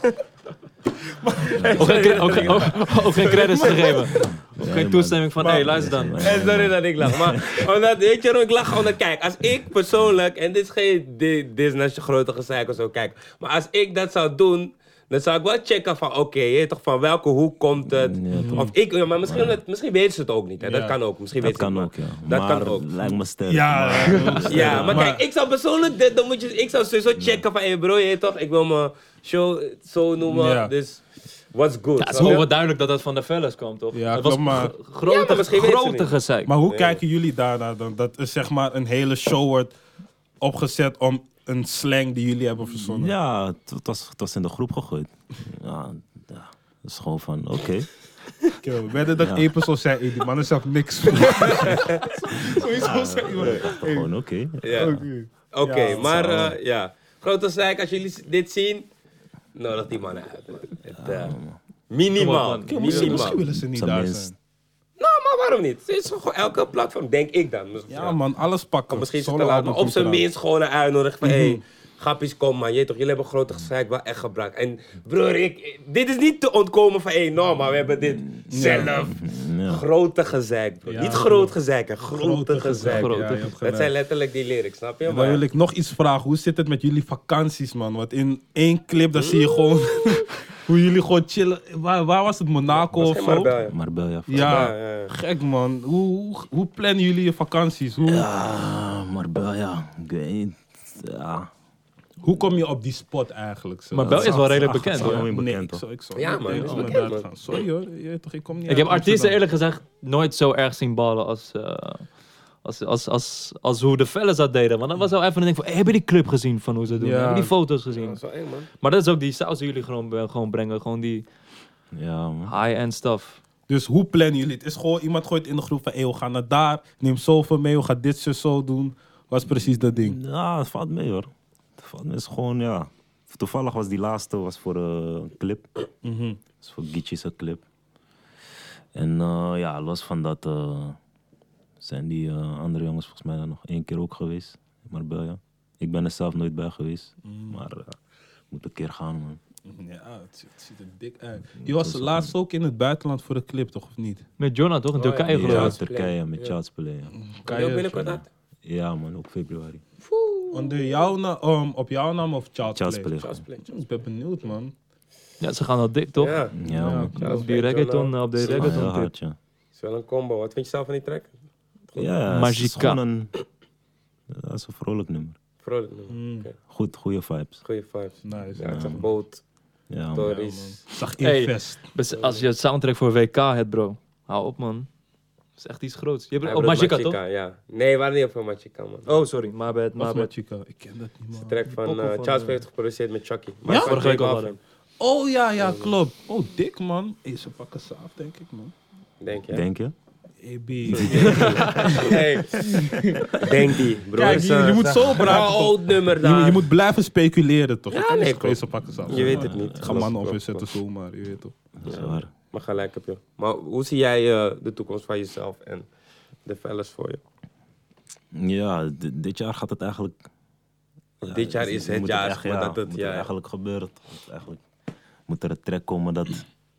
D: ook, geen, cre- ook, geen- ook, ook geen credits gegeven. Ook
B: Nee,
D: geen
B: man.
D: toestemming van, hé,
C: Maar-
D: hey, luister dan.
B: Nee,
A: En sorry dat ik lach, maar omdat, weet je, ik lach omdat, kijk, als ik persoonlijk, en dit is geen di- dit is net je grote gezeik of zo, kijk, maar als ik dat zou doen, dan zou ik wel checken van, oké, je weet toch, van welke hoek komt het,
B: Ja, toch.
A: of ik, ja, maar misschien, omdat- misschien weten ze het ook niet, hè? Dat
C: Ja.
A: kan ook, misschien
B: Dat
A: weten ze
B: kan
A: het
B: ook, ja.
A: Dat
B: maar
A: kan ook.
B: lijkt me sterk.
C: Ja,
B: maar-
A: Ja, maar,
C: Maar-
A: kijk, ik zou persoonlijk, dit- dan moet je, ik zou sowieso checken van, hé bro, je weet toch, ik wil mijn show zo noemen,
C: Ja.
A: dus what's good.
D: Ja, het is
A: snap je?
D: gewoon wel duidelijk dat dat van de Fellas kwam, toch?
C: Ja,
D: het was
C: klopt, maar-
D: gro- grote,
A: Ja, maar misschien weten ze
D: grote
A: niet.
D: gezeik.
C: Maar hoe
A: Nee.
C: kijken jullie daarnaar dan? Dat er zeg maar een hele show wordt opgezet om een slang die jullie hebben verzonnen.
B: Ja, het, het was, het was in de groep gegooid. Ja, ja. Dat is gewoon van, oké.
C: Kill. Wedden dat
B: Ja.
C: één persoon zei, hey, die man is zelf niks. Sowieso zei iemand. hey,
B: Gewoon oké.
A: Ja.
C: oké.
A: Oké,
C: Ja,
A: maar
B: zo.
A: eh, ja. Grote zaak, als jullie dit zien, nodig die mannen uit. Het, eh, minimaal.
D: Kom op, man.
C: Kill, misschien,
A: Minimaal.
C: misschien willen ze niet
B: Zijn
C: daar
B: minst-
C: zijn.
A: Nou, maar waarom niet? Het is gewoon elke platform, denk ik dan. Dus,
C: Ja man, alles pakken.
A: Of misschien is het
C: Solo
A: te laat, maar
C: album
A: op zijn
C: komt eraan.
A: minst gewoon een uitnodiging van, hé, grappies, kom man. Je weet toch, jullie hebben grote gezeik wel echt gebruikt. En broer, ik, dit is niet te ontkomen van, hé, no, maar we hebben dit zelf.
B: Ja.
A: Grote gezeik, bro.
C: Ja,
A: niet
C: bro.
A: groot gezeik, hè. Grote,
C: Grote
A: gezeik.
D: Grote.
C: Ja, je hebt
A: Dat
C: gelijk.
A: zijn letterlijk die lyrics, snap je?
C: En dan
A: Maar,
C: wil ik nog iets vragen. Hoe zit het met jullie vakanties, man? Want in één clip, dan zie je gewoon hoe jullie gewoon chillen. Waar, waar was het? Monaco of
A: Misschien
C: zo?
A: Marbella.
B: Marbella.
C: Ja,
A: Ja, ja.
C: gek man. Hoe, hoe, hoe plannen jullie je vakanties? Hoe,
B: Ja, Marbella. Ik weet niet. Ja.
C: hoe kom je op die spot eigenlijk? Zo?
D: Maar Bel is wel redelijk
C: Ach,
D: bekend,
C: ach,
D: hoor.
C: ach,
B: Bekend,
C: nee, ik
B: toch?
C: zou- ik zou
A: Ja,
C: niet
A: man,
C: denken
A: is
C: om
A: bekend,
C: daar te
A: man.
C: gaan. Sorry hoor, je, weet toch, ik kom niet
D: Ik
C: uit
D: heb artiesten
C: Amsterdam.
D: eerlijk gezegd nooit zo erg zien ballen als, eh, Als, als, als, als hoe de fellas dat deden. Want dan was wel even een ding van, hey, heb je die clip gezien van hoe ze het doen?
C: Ja.
D: Heb je die foto's
A: Dat
D: gezien?
A: is wel eng, man.
D: Maar dat is ook die saus die jullie gewoon, eh, gewoon brengen. Gewoon die
B: Ja, man.
D: high-end stuff.
C: Dus hoe plannen jullie het? Is gewoon iemand gooit in de groep van, hey, we gaan naar daar. Neem zoveel mee, we gaan dit zo zo doen. Wat is precies dat ding?
B: Ja, het valt mee hoor. Het valt mee. Het is gewoon, ja. Toevallig was die laatste was voor een clip.
C: Mhm.
B: Dat is voor Geechee's clip. En eh, ja, los van dat eh, zijn die eh, andere jongens volgens mij dan nog één keer ook geweest. In Marbella. Ik ben er zelf nooit bij geweest. Maar uh, moet een keer gaan, man.
C: Ja, het, het ziet er dik uit. Je was laatst ook in het buitenland voor de clip, toch? Of niet?
D: Met Jonah toch? In
A: Oh, ja.
D: Turkije
A: Ja,
D: geloof
B: Ja,
D: ik.
B: Turkije met
A: Ja.
B: Child's Play. Ja.
A: Kan je ook binnenkort uit?
B: Ja, man, ook februari.
C: Onder jouw na- um, op jouw naam of Child's
B: Child's
C: Play?
B: Play.
A: Charles Play.
C: Ik ben benieuwd, man.
D: Ja, ze gaan al dik toch?
A: Ja,
B: Ja, man.
A: Charles
D: Op die
A: Play,
D: reggaeton,
A: Jonah.
D: op die
B: Ja, heel
D: reggaeton
B: hard, ja.
A: is wel een combo. Wat vind je zelf van die track?
B: Ja, het is
D: Magica.
B: gewoon een... Dat is een vrolijk nummer.
A: Vrolijk nummer.
C: Mm.
A: Oké.
B: Goed, goede vibes.
A: Goeie vibes.
C: Nice.
A: Ja, ik zag
B: man.
A: Boot,
B: Ja, man.
A: Tories.
C: Zag
D: Hey.
C: Invest.
D: Bes- Als je het soundtrack voor W K hebt, bro. Hou op, man. Dat is echt iets groots. Je hebt
A: Hij
D: op
A: bedoelt
D: Magica, toch?
A: Ja. Nee, we waren niet op van Magica, man.
D: Oh, sorry. My bad, my
C: Wat
D: bad.
C: met Chica? Ik ken dat niet,
A: De
C: man.
A: track van
D: pokoe
A: eh,
D: van,
A: Charles
D: eh,
A: heeft geproduceerd met Chucky.
C: Ja?
D: Vorige week al
A: wel.
C: Oh ja, ja, klopt. Oh, dik, man. Hey, ze pakken ze af, denk ik, man.
A: Denk je?
B: Denk je?
C: Hey, B.
A: Hey. Denk die, bro.
C: Kijk,
A: Is,
C: je-
A: eh,
C: je moet zo
A: een
C: praten,
A: oud nummer
C: Je,
A: daar.
C: je moet blijven speculeren, toch?
A: Ja,
C: Je kan niet
A: nee,
C: zeggen,
A: klopt.
C: ze pakken ze af.
A: Je weet het niet.
C: Ga
A: Klopt,
C: mannen op
A: klopt,
C: je zetten
A: klopt.
C: zomaar, je weet toch.
B: Dat is
A: Ja.
B: waar.
A: Maar gelijk heb je. Maar hoe zie jij eh, de toekomst van jezelf en de fellas voor je?
B: Ja, di- dit jaar gaat het eigenlijk... Ja,
A: Dit jaar is het
B: moet
A: jaar,
B: echt,
A: maar
B: ja,
A: dat het-
B: moet
A: ja,
B: er
A: ja.
B: eigenlijk gebeuren. Moet Eigenlijk moet er een track komen dat,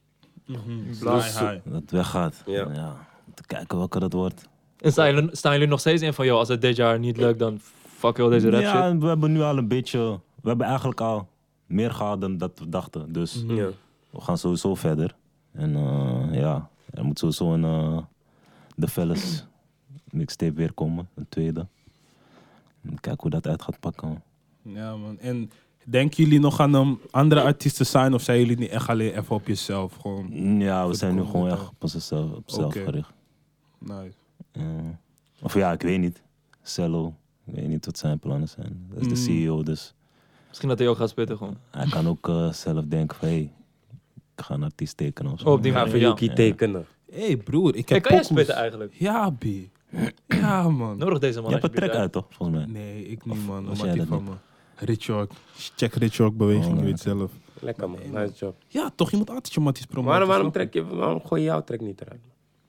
C: Fly high.
B: dat weggaat.
A: Ja.
B: Ja, moeten kijken welke dat wordt.
D: En staan jullie, staan jullie nog steeds in van, joh, als het dit jaar niet lukt, dan fuck heel deze rap
B: Ja,
D: shit?
B: en we hebben nu al een beetje... We hebben eigenlijk al meer gehad dan dat we dachten. Dus
A: Ja.
B: we gaan sowieso verder. En eh, ja, er moet sowieso een uh, The Fellas mixtape weer komen, een tweede. En kijken hoe dat uit gaat pakken. Man.
C: Ja, man. En denken jullie nog aan um, andere artiesten zijn of zijn jullie niet echt alleen even op jezelf? Gewoon,
B: Ja, we
C: Voor
B: zijn
C: de
B: nu gewoon
C: komende
B: echt op onszelf op zelf
C: Oké.
B: gericht.
C: nice.
B: Ja. Of ja, ik weet niet. Cello, ik weet niet wat zijn plannen zijn. Dat is de
C: Mm.
B: C E O, dus
D: Misschien dat hij ook gaat spitten gewoon.
B: hij kan ook eh, zelf denken van... Hey, ik ga een artiest tekenen of zo.
D: Oh, op die
A: Ga
D: manier,
A: voor
D: ja.
A: Yuki tekenen.
C: Hé, hey, broer, ik
D: Hey,
C: heb
D: kan jij
C: pokoes.
D: spitten eigenlijk?
C: Ja, B. Ja, man.
D: Nodig deze man
B: Je hebt een
D: alsjeblieft
B: track uit, toch? Volgens mij.
C: Nee, ik niet,
B: Of
C: man.
B: was
C: Maar
B: jij
C: die
B: dat
C: van
B: niet?
C: me. Rich York. Check Rich York beweging,
B: Oh,
C: je
B: ja.
C: weet zelf.
A: Lekker man,
C: Nee, man.
A: nice job.
C: Ja, toch, je moet altijd je matties promoten.
A: Waarom, waarom,
C: snap je?
A: trek je, waarom gooi je jouw track niet eruit?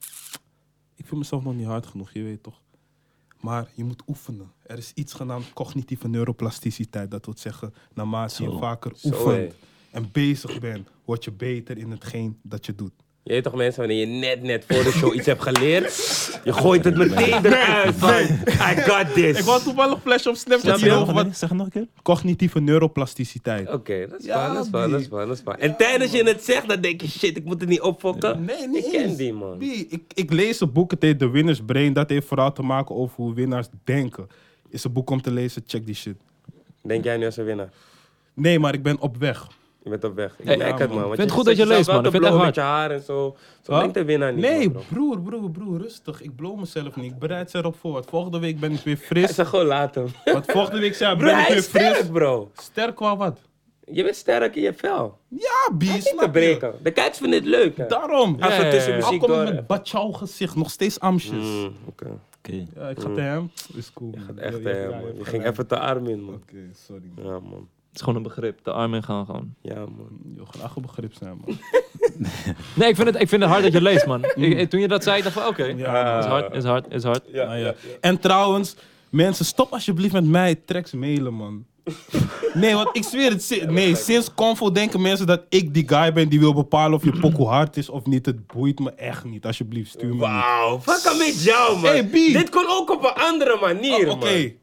C: Ik vind mezelf nog niet hard genoeg, je weet toch. Maar je moet oefenen. Er is iets genaamd cognitieve neuroplasticiteit. Dat wil zeggen, naarmate je
B: Zo.
C: vaker
A: Zo,
C: oefent
A: hé.
C: en bezig bent, word je beter in hetgeen dat je doet.
A: Je weet toch mensen, wanneer je net, net voor de show iets hebt geleerd, je gooit het meteen eruit van, I got this.
C: Ik wou toevallig flash op Snapchat
A: Snap je?
C: hier
B: Nog
C: over
B: een
C: wat
B: keer? Zeg het nog een keer.
C: cognitieve neuroplasticiteit.
A: Oké, dat is
C: Ja,
A: waar, dat is waar, dat is
C: die.
A: waar, dat is waar. En tijdens je het zegt, dan denk je, shit, ik moet het niet opfokken.
C: Nee, niet
A: Ik ken
C: eens.
A: die, man.
C: B, ik, ik lees een boek, het heet The Winner's Brain. Dat heeft vooral te maken over hoe winnaars denken. Is een boek om te lezen, check die shit.
A: Denk jij nu als een winnaar?
C: Nee, maar ik ben op weg.
A: Je bent op weg. Ik
D: Hey,
A: merk
C: ja,
A: het,
C: man.
A: man. Want
D: Vind het goed
A: zet
D: dat je
A: jezelf
D: leest,
A: wel
D: man.
A: te
D: Ik vind het
A: blowen
D: echt
A: met je haar en zo. Zo
C: Huh?
A: denkt de winnaar niet,
C: Nee,
A: man, bro.
C: broer, broer, broer, rustig. Ik blow mezelf niet. Ik bereid ze erop voor. Want volgende week ben ik weer
A: Hij
C: fris.
A: zegt gewoon laten.
C: Want volgende week zei,
A: Bro,
C: ben ik
A: hij
C: weer
A: is
C: fris.
A: sterk, bro.
C: Sterk qua wat?
A: Je bent sterk in je vel.
C: Ja, B,
A: Niet te
C: snap je?
A: breken. De kijkers vinden het leuk, hè.
C: Daarom.
A: Als
D: Ja,
A: we
D: ja,
A: tussen
D: ja.
C: Al
A: muziek
C: kom ik
A: door...
C: met Bachau gezicht, nog steeds amsjes.
A: Mm, Oké.
B: Oké.
C: Ja, ik ga tegen hem. Is cool. man.
A: Echt,
C: Ja, ja,
A: hè,
C: ja,
A: man.
C: je
A: Je
C: hebt
A: ging
C: gelijk.
A: even te arm in, man.
C: Oké, sorry. Man.
A: Ja, man.
D: Het is gewoon een begrip. De armen gaan gewoon.
A: Ja, man.
C: Je graag een begrip zijn, man.
D: Nee, ik vind het, ik vind het hard dat je leest, man. Ik, toen je dat zei, ik dacht van, oké.
C: Ja,
D: Is hard, is hard, is hard.
A: Ja,
C: Ah, ja. En trouwens, mensen, stop alsjeblieft met mij tracks mailen, man. Nee, want ik zweer het. si- Nee, sinds Convo denken mensen dat ik die guy ben die wil bepalen of je pokoe hard is of niet. Het boeit me echt niet. Alsjeblieft, stuur me niet.
A: Wauw, fuck aan met jou, man.
C: Hey, B.
A: Dit kon ook op een andere manier,
C: Oh, Oké.
A: man.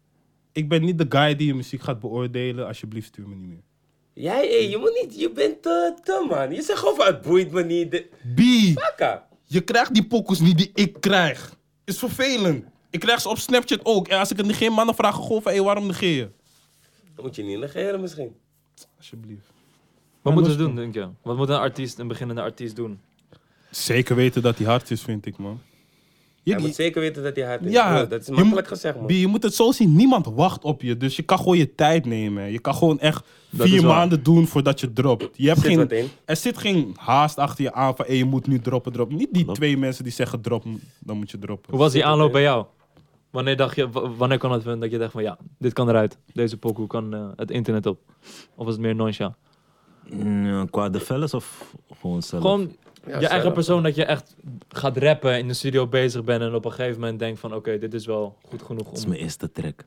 C: Ik ben niet de guy die je muziek gaat beoordelen. Alsjeblieft, stuur me niet meer.
A: Jij, hey, je moet niet... Je bent te, te, man. Je zegt gewoon van, het boeit me niet. De-
C: B,
A: Fakka.
C: je krijgt die pokoes niet die ik krijg. Is vervelend. Ik krijg ze op Snapchat ook. En als ik het negeer, mannen vragen gewoon van, hé, waarom negeer je?
A: Dat moet je niet negeren, misschien.
C: Alsjeblieft.
D: Wat moeten ze doen, denk je? Wat moet een artiest, een beginnende artiest doen?
C: Zeker weten dat hij hard is, vind ik, man. Je,
A: Hij moet zeker weten dat hij hard is.
C: Ja,
A: Bro, dat is
C: je
A: makkelijk
C: moet-
A: gezegd, man.
C: B, je moet het zo zien, niemand wacht op je. Dus je kan gewoon je tijd nemen. Je kan gewoon echt
D: Dat
C: vier
D: is waar.
C: maanden doen voordat je dropt. Je hebt
A: Zit
C: geen,
A: wat in.
C: er zit geen haast achter je aan van hey, je moet nu droppen, droppen. Niet die
B: Klopt.
C: twee mensen die zeggen drop, dan moet je droppen.
D: Hoe was die
A: Zit
D: aanloop
A: erin.
D: bij jou? Wanneer, dacht je, w- wanneer kon het vinden dat je dacht van ja, dit kan eruit. Deze pokoe kan eh, het internet op. Of was het meer nonchalant?
B: Mm, ja, qua de fellas of gewoon zelf?
D: Gewoon
A: Ja,
D: je eigen
A: zelf.
D: persoon dat je echt gaat rappen, in de studio bezig bent en op een gegeven moment denkt van oké, dit is wel goed genoeg
B: Dat is
D: om...
B: mijn eerste track.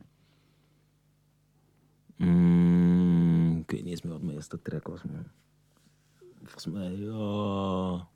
B: Mm, ik weet niet eens meer wat mijn eerste track was, man. Volgens mij, ja...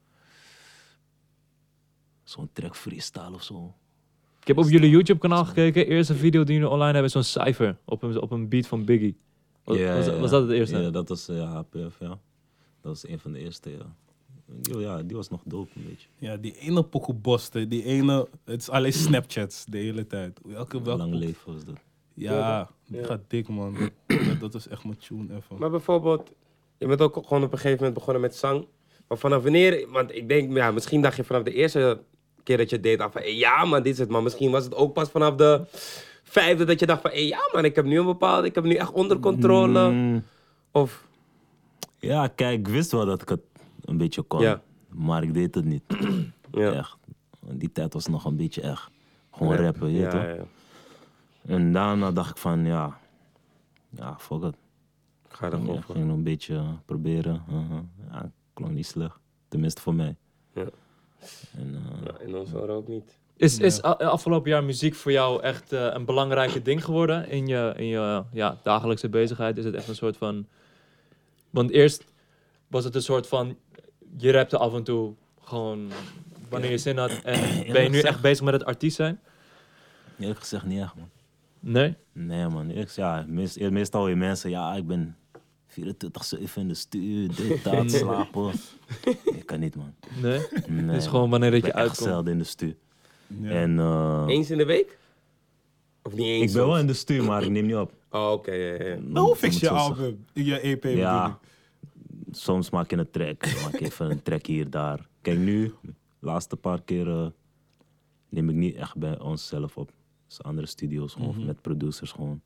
B: Zo'n track freestyle of zo.
D: Ik heb op jullie YouTube kanaal gekeken, eerste video die jullie online hebben is zo'n cijfer op een, op een beat van Biggie. Was,
B: Ja,
D: was,
B: ja,
D: was dat het eerste?
B: Ja, dat was uh, H P F, ja. Dat was een van de eerste, ja. Die, ja, die was nog dope, een beetje.
C: Ja, die ene pokoe boste, die ene, het is alleen Snapchats de hele tijd. Welke, welke
B: Lang
C: pokoe-
B: leven was dat.
C: Ja, die
A: Ja.
C: gaat dik, man. dat, dat is echt mijn tune even.
A: Maar bijvoorbeeld, je bent ook gewoon op een gegeven moment begonnen met zang. Maar vanaf wanneer, want ik denk, ja, misschien dacht je vanaf de eerste keer dat je het deed af van, hey, ja man, dit is het. Maar misschien was het ook pas vanaf de vijfde dat je dacht van, hey, ja man, ik heb nu een bepaald, ik heb nu echt onder controle.
B: Mm,
A: Of,
B: ja, kijk, ik wist wel dat ik het een beetje kon.
A: Ja.
B: Maar ik deed het niet.
A: ja.
B: Echt. Want die tijd was nog een beetje echt. Gewoon
A: Ja.
B: rappen, je weet
A: Ja,
B: toch?
A: ja, ja.
B: En daarna dacht ik van, ja... Ja, fuck it.
A: Ik ga er
B: Ik
A: gewoon
B: ging
A: voor.
B: nog een beetje uh, proberen. Uh-huh. Ja, klonk niet slecht. Tenminste voor mij.
A: Ja.
B: En, uh,
A: Ja, in ons horen ook niet.
D: Is, is a- afgelopen jaar muziek voor jou echt eh, een belangrijke ding geworden in je, in je ja, dagelijkse bezigheid? Is het echt een soort van... Want eerst was het een soort van... Je rapte af en toe gewoon wanneer je zin had. En ben je nu echt bezig met het artiest zijn?
B: Eerlijk gezegd niet echt, man.
D: Nee?
B: Nee, man. Eerlijk, ja, meest, meestal weer mensen, ja, ik ben vierentwintig zeven in de stuur, dit, dat, slapen. Ik kan niet, man.
D: Nee?
B: Nee,
D: Het is gewoon wanneer
B: ik
D: dat je
B: ben echt
D: uitkomt.
B: zelden in de stuur.
C: Ja.
B: En, uh,
A: Eens in de week? Of niet eens?
B: ik ben wel
A: soms?
B: in de stuur, maar ik neem niet op.
A: Oh, oké, ja, ja.
C: Nou, hoe fix
B: Om
C: je
B: het zo te
C: album? Je E P bedoel
B: Ja,
C: ik.
B: soms maak je een track, dan maak ik even een track hier, daar. Kijk, nu, de laatste paar keer uh, neem ik niet echt bij onszelf op. Dus andere studio's gewoon,
C: Mhm.
B: met producers gewoon.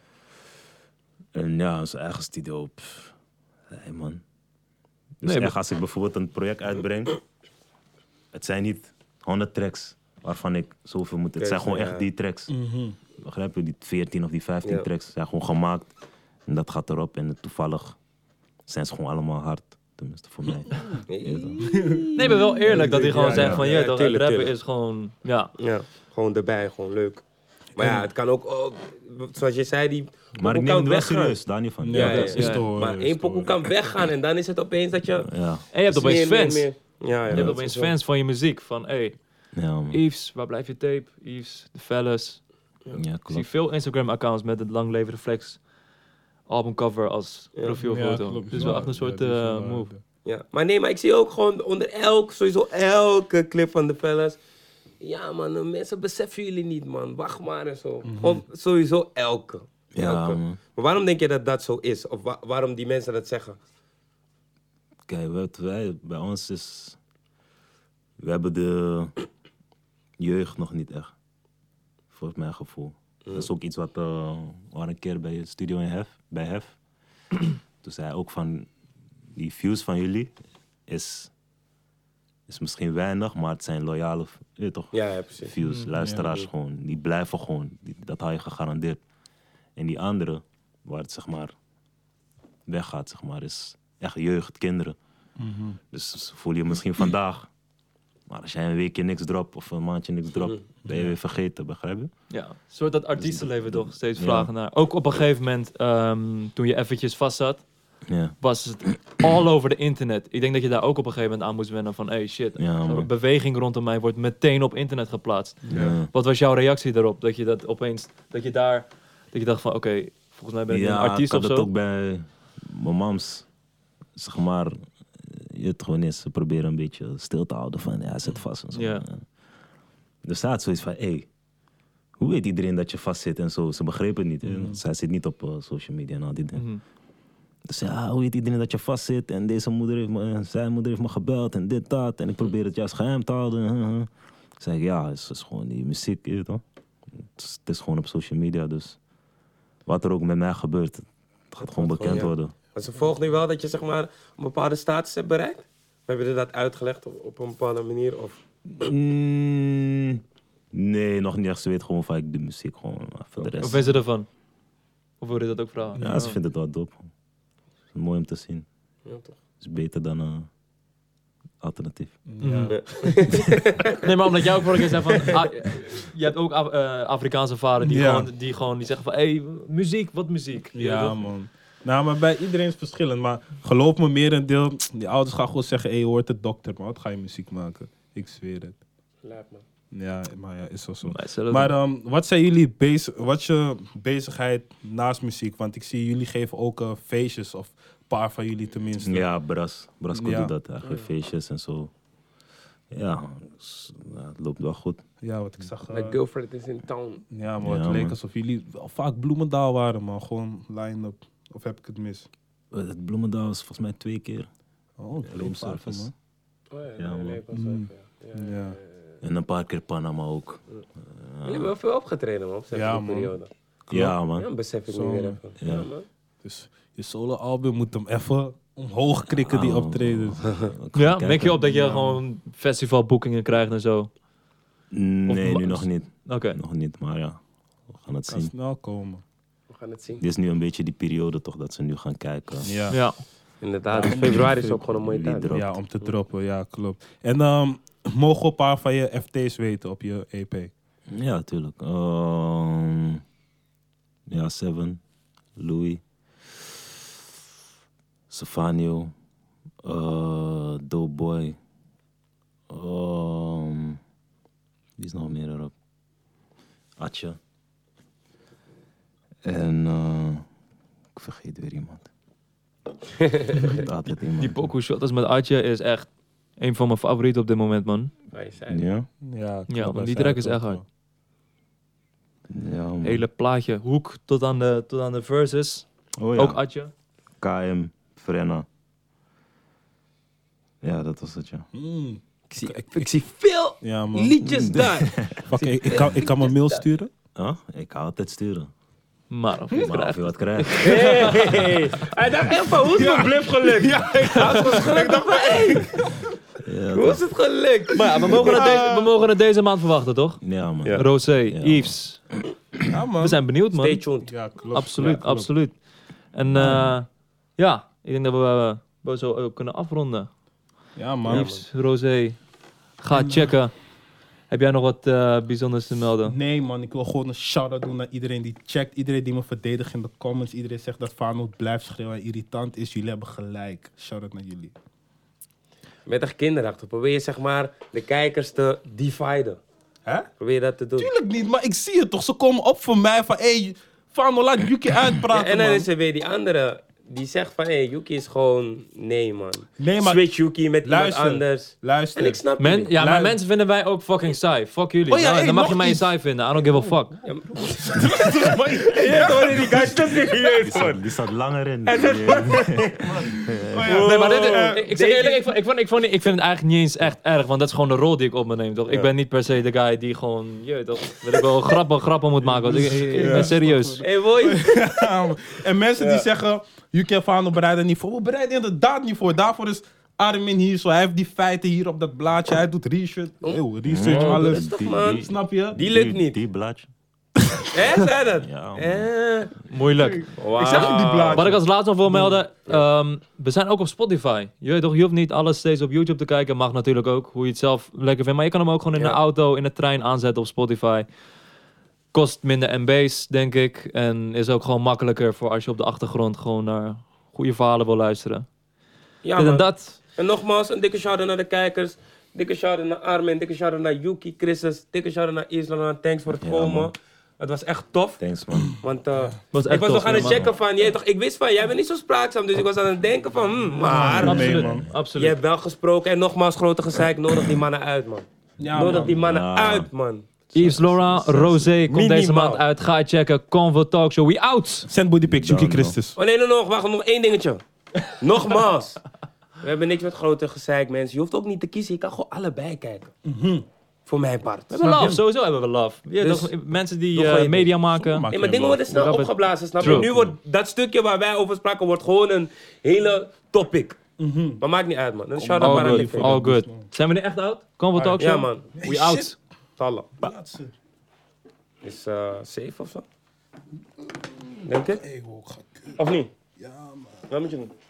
B: En ja, onze eigen studio, pff, hey man. Dus
D: Nee,
B: echt,
D: maar-
B: als ik bijvoorbeeld een project uitbreng, het zijn niet honderd tracks waarvan ik zoveel moet. Het zijn
A: Keuze,
B: gewoon
A: ja.
B: echt die tracks.
C: Mhm.
B: Begrijp je? Die veertien of die vijftien
A: Ja.
B: tracks zijn gewoon gemaakt. En dat gaat erop. En toevallig zijn ze gewoon allemaal hard. Tenminste voor mij.
D: Nee, maar wel eerlijk dat hij gewoon
C: Ja,
D: zegt
C: ja.
D: van...
A: Ja,
D: Ja, toch, het
A: tuurlijk,
D: rappen
A: tuurlijk.
D: is gewoon... Ja.
A: Ja, gewoon erbij, gewoon leuk. Maar ja, het kan ook, ook zoals je zei, die
B: Maar ik
A: pokoe
B: neem
A: kan
B: het wel
A: weggaan.
B: serieus, daar niet van.
C: Ja,
A: Ja, ja,
C: dat is
A: ja.
C: te horen.
A: Maar
C: is
A: één
C: te
A: pokoe
C: horen.
A: kan weggaan en dan is het opeens dat je...
B: Ja,
D: En je hebt opeens
A: meer,
D: fans.
A: meer, meer- Ja, ja,
D: Je hebt
A: dat
D: opeens
A: is wel-
D: fans van je muziek. Van, hey,
B: ja, man.
D: Yves, waar blijft je tape? Yves, de fellas.
B: Ja,
D: Ik zie
B: klopt.
D: veel Instagram-accounts met het Lang Leven Reflex albumcover als
A: Ja.
D: profielfoto.
C: Ja, klopt.
D: Dus wel echt een
C: Ja,
D: soort
C: die is
D: eh,
C: wel, eh,
D: move.
A: Ja, maar nee, maar ik zie ook gewoon onder elk, sowieso elke clip van de fellas. Ja man, de mensen beseffen jullie niet man, wacht maar en zo. Gewoon sowieso elke.
B: Ja,
A: elke.
B: man.
A: Maar waarom denk je dat dat zo is? Of wa- waarom die mensen dat zeggen?
B: Kijk, wat wij, bij ons is... We hebben de jeugd nog niet echt. Volgens mijn gevoel. Dat is ook iets wat... eh, we waren een keer bij het studio in Hef, bij Hef. Toen zei hij ook van... Die views van jullie is... Is misschien weinig, maar het zijn loyale... Je weet toch?
A: Ja, ja precies.
B: Views, luisteraars
A: ja.
B: gewoon. Die blijven gewoon. Die, dat haal je gegarandeerd. En die andere, waar het zeg maar weggaat, zeg maar, is echt jeugd, kinderen. Dus voel je misschien vandaag. Maar als jij een weekje niks dropt of een maandje niks dropt, ben je weer vergeten, begrijp je?
D: Ja, een soort dat artiestenleven toch steeds
B: Ja.
D: vragen naar. Ook op een gegeven moment, ehm, toen je eventjes vast zat,
B: Ja.
D: was het all over de internet. Ik denk dat je daar ook op een gegeven moment aan moest wennen van, hey shit,
B: Ja,
D: zo'n
B: man.
D: beweging rondom mij wordt meteen op internet geplaatst.
B: Ja.
D: Wat was jouw reactie daarop? Dat je dat opeens, dat je daar, dat je dacht van, oké, volgens mij ben ik nu een
B: Ja,
D: artiest
B: ik
D: of
B: had
D: zo.
B: dat ook bij mijn mams. Zeg maar, je het gewoon eens, ze proberen een beetje stil te houden van, ja, zit vast en zo.
D: Ja.
B: Dus zij had zoiets van, hé, hey, hoe weet iedereen dat je vast zit en zo? Ze begrepen het niet. hè. Zij zit niet op eh, social media en al die dingen.
D: Mhm.
B: Dus ja, hoe weet iedereen dat je vast zit? En deze moeder heeft me, zijn moeder heeft me gebeld en dit, dat. En ik probeer het juist geheim te houden. Zei ik, ja, het is, is gewoon die muziek, je weet toch? Het is, het is gewoon op social media, dus wat er ook met mij gebeurt, het gaat gewoon bekend
A: gewoon, ja.
B: worden.
A: Maar ze volgt nu wel dat je zeg maar een bepaalde status hebt bereikt? Of hebben ze dat uitgelegd op, op een bepaalde manier? Of?
B: Mm, nee, nog niet echt. Ze weet gewoon van ik doe muziek gewoon, maar voor de
D: Wat
B: rest.
D: vind je ervan? Of wil je dat ook vragen?
B: Ja, ze vindt het wel dope. Het is mooi om te zien.
A: Ja, toch?
B: Het is beter dan een alternatief.
C: Ja.
A: Ja.
D: Nee, maar omdat jij ook vorige keer zei van... ah, je hebt ook Af- eh, Afrikaanse vaderen die,
C: Ja.
D: gewoon, die gewoon die zeggen van... Hé, hey, muziek, wat muziek? Je weet
C: Ja,
D: toch?
C: man. Nou, maar bij iedereen is het verschillend. Maar geloof me, merendeel, die ouders gaan gewoon zeggen, hé, hey, je hoort het dokter, maar wat ga je muziek maken? Ik zweer het.
A: Laat me.
C: Ja, maar ja, is wel zo.
D: Nee, zullen we
C: Maar
D: doen.
C: ehm, wat zijn jullie bezig, wat is je bezigheid naast muziek? Want ik zie jullie geven ook eh, feestjes, of een paar van jullie tenminste.
B: Ja, Bras. Bras kon
C: Ja.
B: doet dat. Hij geeft feestjes en zo. Ja, dus, ja, het loopt wel goed.
C: Ja, wat ik zag. eh,
A: My girlfriend is in town.
C: ja, maar het
B: Ja,
C: leek
B: man.
C: alsof jullie wel vaak Bloemendaal waren, man. Gewoon line-up. Of heb ik het mis?
B: Eh, Het Bloemendaal was volgens mij twee keer.
C: Oh, ik
B: Room
C: loop vaak,
B: service.
C: man.
A: Oh ja,
B: Ja,
A: nee,
B: man.
A: nee, pas
C: Mm.
A: even, ja. Ja,
C: Ja.
A: ja, ja.
B: En een paar keer Panama ook.
A: Jullie hebben wel veel opgetreden, man, op zijn
C: Ja,
A: die
C: man.
A: periode.
B: Ja, man.
A: Ja, dat besef ik
C: Zo,
A: nu weer
C: man.
A: even.
B: Ja.
A: Ja, man.
C: Dus je solo-album moet hem even omhoog krikken, die
B: Oh.
C: optredens.
D: Ja, merk je op dat je
C: Ja.
D: gewoon festivalboekingen krijgt en zo?
B: Nee,
D: Of-
B: nu nog niet.
D: Oké.
B: Nog niet, maar ja. We gaan het
C: Kan
B: zien.
C: snel komen.
A: We gaan het zien.
B: Dit is nu een beetje die periode toch dat ze nu gaan kijken.
C: Ja.
D: Ja.
A: Inderdaad,
C: Ja,
A: februari is ook gewoon een mooie
B: wie
A: tijd.
B: erop.
C: Ja, om te droppen, ja, klopt. En ehm, mogen we een paar van je F T's weten op je E P?
B: Ja, natuurlijk. Ehm, ja, Seven, Louis, Stefanio, uh, Doughboy. ehm, wie is nog meer erop? Atje. En uh, ik vergeet weer iemand. Ik vergeet altijd iemand.
D: Die Poku Shotters met Atje is echt een van mijn favorieten op dit moment, man.
A: Waar je zei.
B: Ja?
C: Ja, klopt,
D: Ja, man,
C: hij
D: die
C: zei
D: track
C: het
D: is echt
C: ook
D: hard.
C: wel.
B: Ja, man.
D: Hele plaatje, hoek tot aan de, tot aan de verses.
B: Oh ja.
D: Ook Atje.
B: K M, Frenna. Ja, dat was het, ja.
C: Mm.
A: Ik zie, ik, ik zie veel
C: Ja, man.
A: liedjes daar.
C: Fuck, ik, ik, kan, ik kan mijn mail sturen?
B: Huh? Ik ga altijd sturen.
D: Maar of je het
B: Maar of
D: krijgt.
B: je wat krijgt.
A: Hey, hij dacht echt van, hoe is mijn bluff gelukt? Ja, ik dacht van, hey,
B: Ja,
A: hoe is het gelukt?
D: Maar ja, we mogen, het deze, we mogen het deze maand verwachten, toch?
B: ja, man.
A: Ja.
D: Rosé, Yves.
C: Ja, man.
D: We zijn benieuwd, man.
A: Stay tuned.
C: Ja, klopt.
D: Absoluut,
C: Ja, klopt.
D: absoluut. En eh, ja, ik denk dat we, we zo ook kunnen afronden.
C: Ja, man.
D: Yves, Rosé, ga checken. Heb jij nog wat eh, bijzonders te melden?
C: Nee, man. Ik wil gewoon een shout-out doen naar iedereen die checkt. Iedereen die me verdedigt in de comments. Iedereen zegt dat Fano blijft schreeuwen en irritant is. Jullie hebben gelijk. Shout-out naar jullie.
A: Met echt kinderachtig. Probeer je zeg maar de kijkers te dividen.
C: Hè?
A: Probeer je dat te doen.
C: Tuurlijk niet, maar ik zie het toch. Ze komen op voor mij van, hé, hey, Fano, laat Yuki
A: Ja,
C: uitpraten,
A: en dan
C: man.
A: is er weer die andere die zegt van, hé, hey, Yuki is gewoon... Nee, man.
C: Nee, maar
A: Switch Yuki met
C: luister,
A: iemand anders.
C: luister.
A: En ik snap
D: Men,
A: jullie.
D: ja, maar
C: Luister.
D: mensen vinden wij ook fucking saai. Fuck jullie.
C: Oh ja,
D: Nou,
C: hey,
D: dan mag
C: nog
D: je mij
C: iets.
D: saai vinden. I don't give a fuck.
A: Ja, hoor je die guy stuk
B: Die zat, die zat langer in.
D: Nee, maar dit,
C: eh,
D: ik, ik zeg eerlijk, ik, vond, ik, vond, ik, vond, ik vind het eigenlijk niet eens echt erg, want dat is gewoon de rol die ik op me neem, toch? Ik ben niet per se de guy die gewoon, je toch, dat ik wel grappen, grappen moet maken, want ik, ik, ik ben serieus.
A: Hé, hey, boy.
C: Ja, man. En mensen die zeggen, Yuki en Fano bereiden niet voor. We bereiden inderdaad niet voor. Daarvoor is Armin hier zo. Hij heeft die feiten hier op dat blaadje. Hij doet research. Eeuw, research,
A: Oh,
C: alles.
A: rustig, man.
C: Snap je?
A: Die lukt niet.
B: Die blaadje.
A: Hé, zei dat?
B: Ja, man.
A: Eh,
D: Moeilijk.
A: wauw.
C: Ik zeg die blaadje.
D: Wat ik als laatste nog wil melden, ehm, we zijn ook op Spotify. Je weet toch, je hoeft niet alles steeds op YouTube te kijken, mag natuurlijk ook, hoe je het zelf lekker vindt. Maar je kan hem ook gewoon in
A: Ja.
D: de auto, in de trein aanzetten op Spotify. Kost minder M B's, denk ik. En is ook gewoon makkelijker voor als je op de achtergrond gewoon naar goede verhalen wil luisteren.
A: Ja,
D: Dit en
A: man.
D: dat.
A: En nogmaals, een dikke shout-out naar de kijkers. Dikke shout-out naar Armin. Dikke shout-out naar Yuki, Christus. Dikke shout-out naar Isla. Thanks voor het
B: Ja,
A: komen.
B: man.
A: Het was echt tof.
B: Thanks, man.
A: Want uh,
D: Was echt
A: ik was
D: tof,
A: nog aan het
D: man.
A: checken van, jij toch, ik wist van, jij bent niet zo spraakzaam. Dus ik was aan het denken van, hmm, maar
C: Nee,
D: Absoluut,
C: man.
A: je
D: absoluut.
A: hebt wel gesproken. En nogmaals, grote gezeik, nodig die mannen uit, man.
C: Ja,
A: nodig
C: man.
A: die mannen
B: Ja.
A: uit, man.
D: Yves Laurent, Rosé komt
A: Minimaal.
D: deze maand uit. Ga checken. Convo Talkshow. We out!
C: Send booty pics, Yuki
B: Dan nog.
C: Christus.
A: Oh nee, nee, nog, wacht, nog één dingetje. Nogmaals. We hebben niks met grote gezeik, mensen. Je hoeft ook niet te kiezen, je kan gewoon allebei kijken. Voor mijn part.
D: We hebben love, sowieso hebben we love. Ja,
A: Dus-
D: toch, mensen die
A: Doe
D: eh,
A: gewoon je
D: media
A: ding.
D: maken.
C: Maak
A: Nee,
C: je
A: maar dingen worden snel
D: Rap het.
A: opgeblazen, snap je?
D: True.
A: Nu wordt dat stukje waar wij over spraken, wordt gewoon een hele topic. Maar maakt niet uit, man. Een shout-out
D: All
A: maar aan
D: good,
A: die
D: all
A: film.
D: good. Zijn we nu echt out? Kom we talk show?
A: Ja, man.
D: We out.
A: Talla.
C: Laatste.
A: Is eh safe of zo? Denk je?
C: Hey, wow, ga kut.
A: Of niet?
C: Ja, man.
A: Wat moet je doen?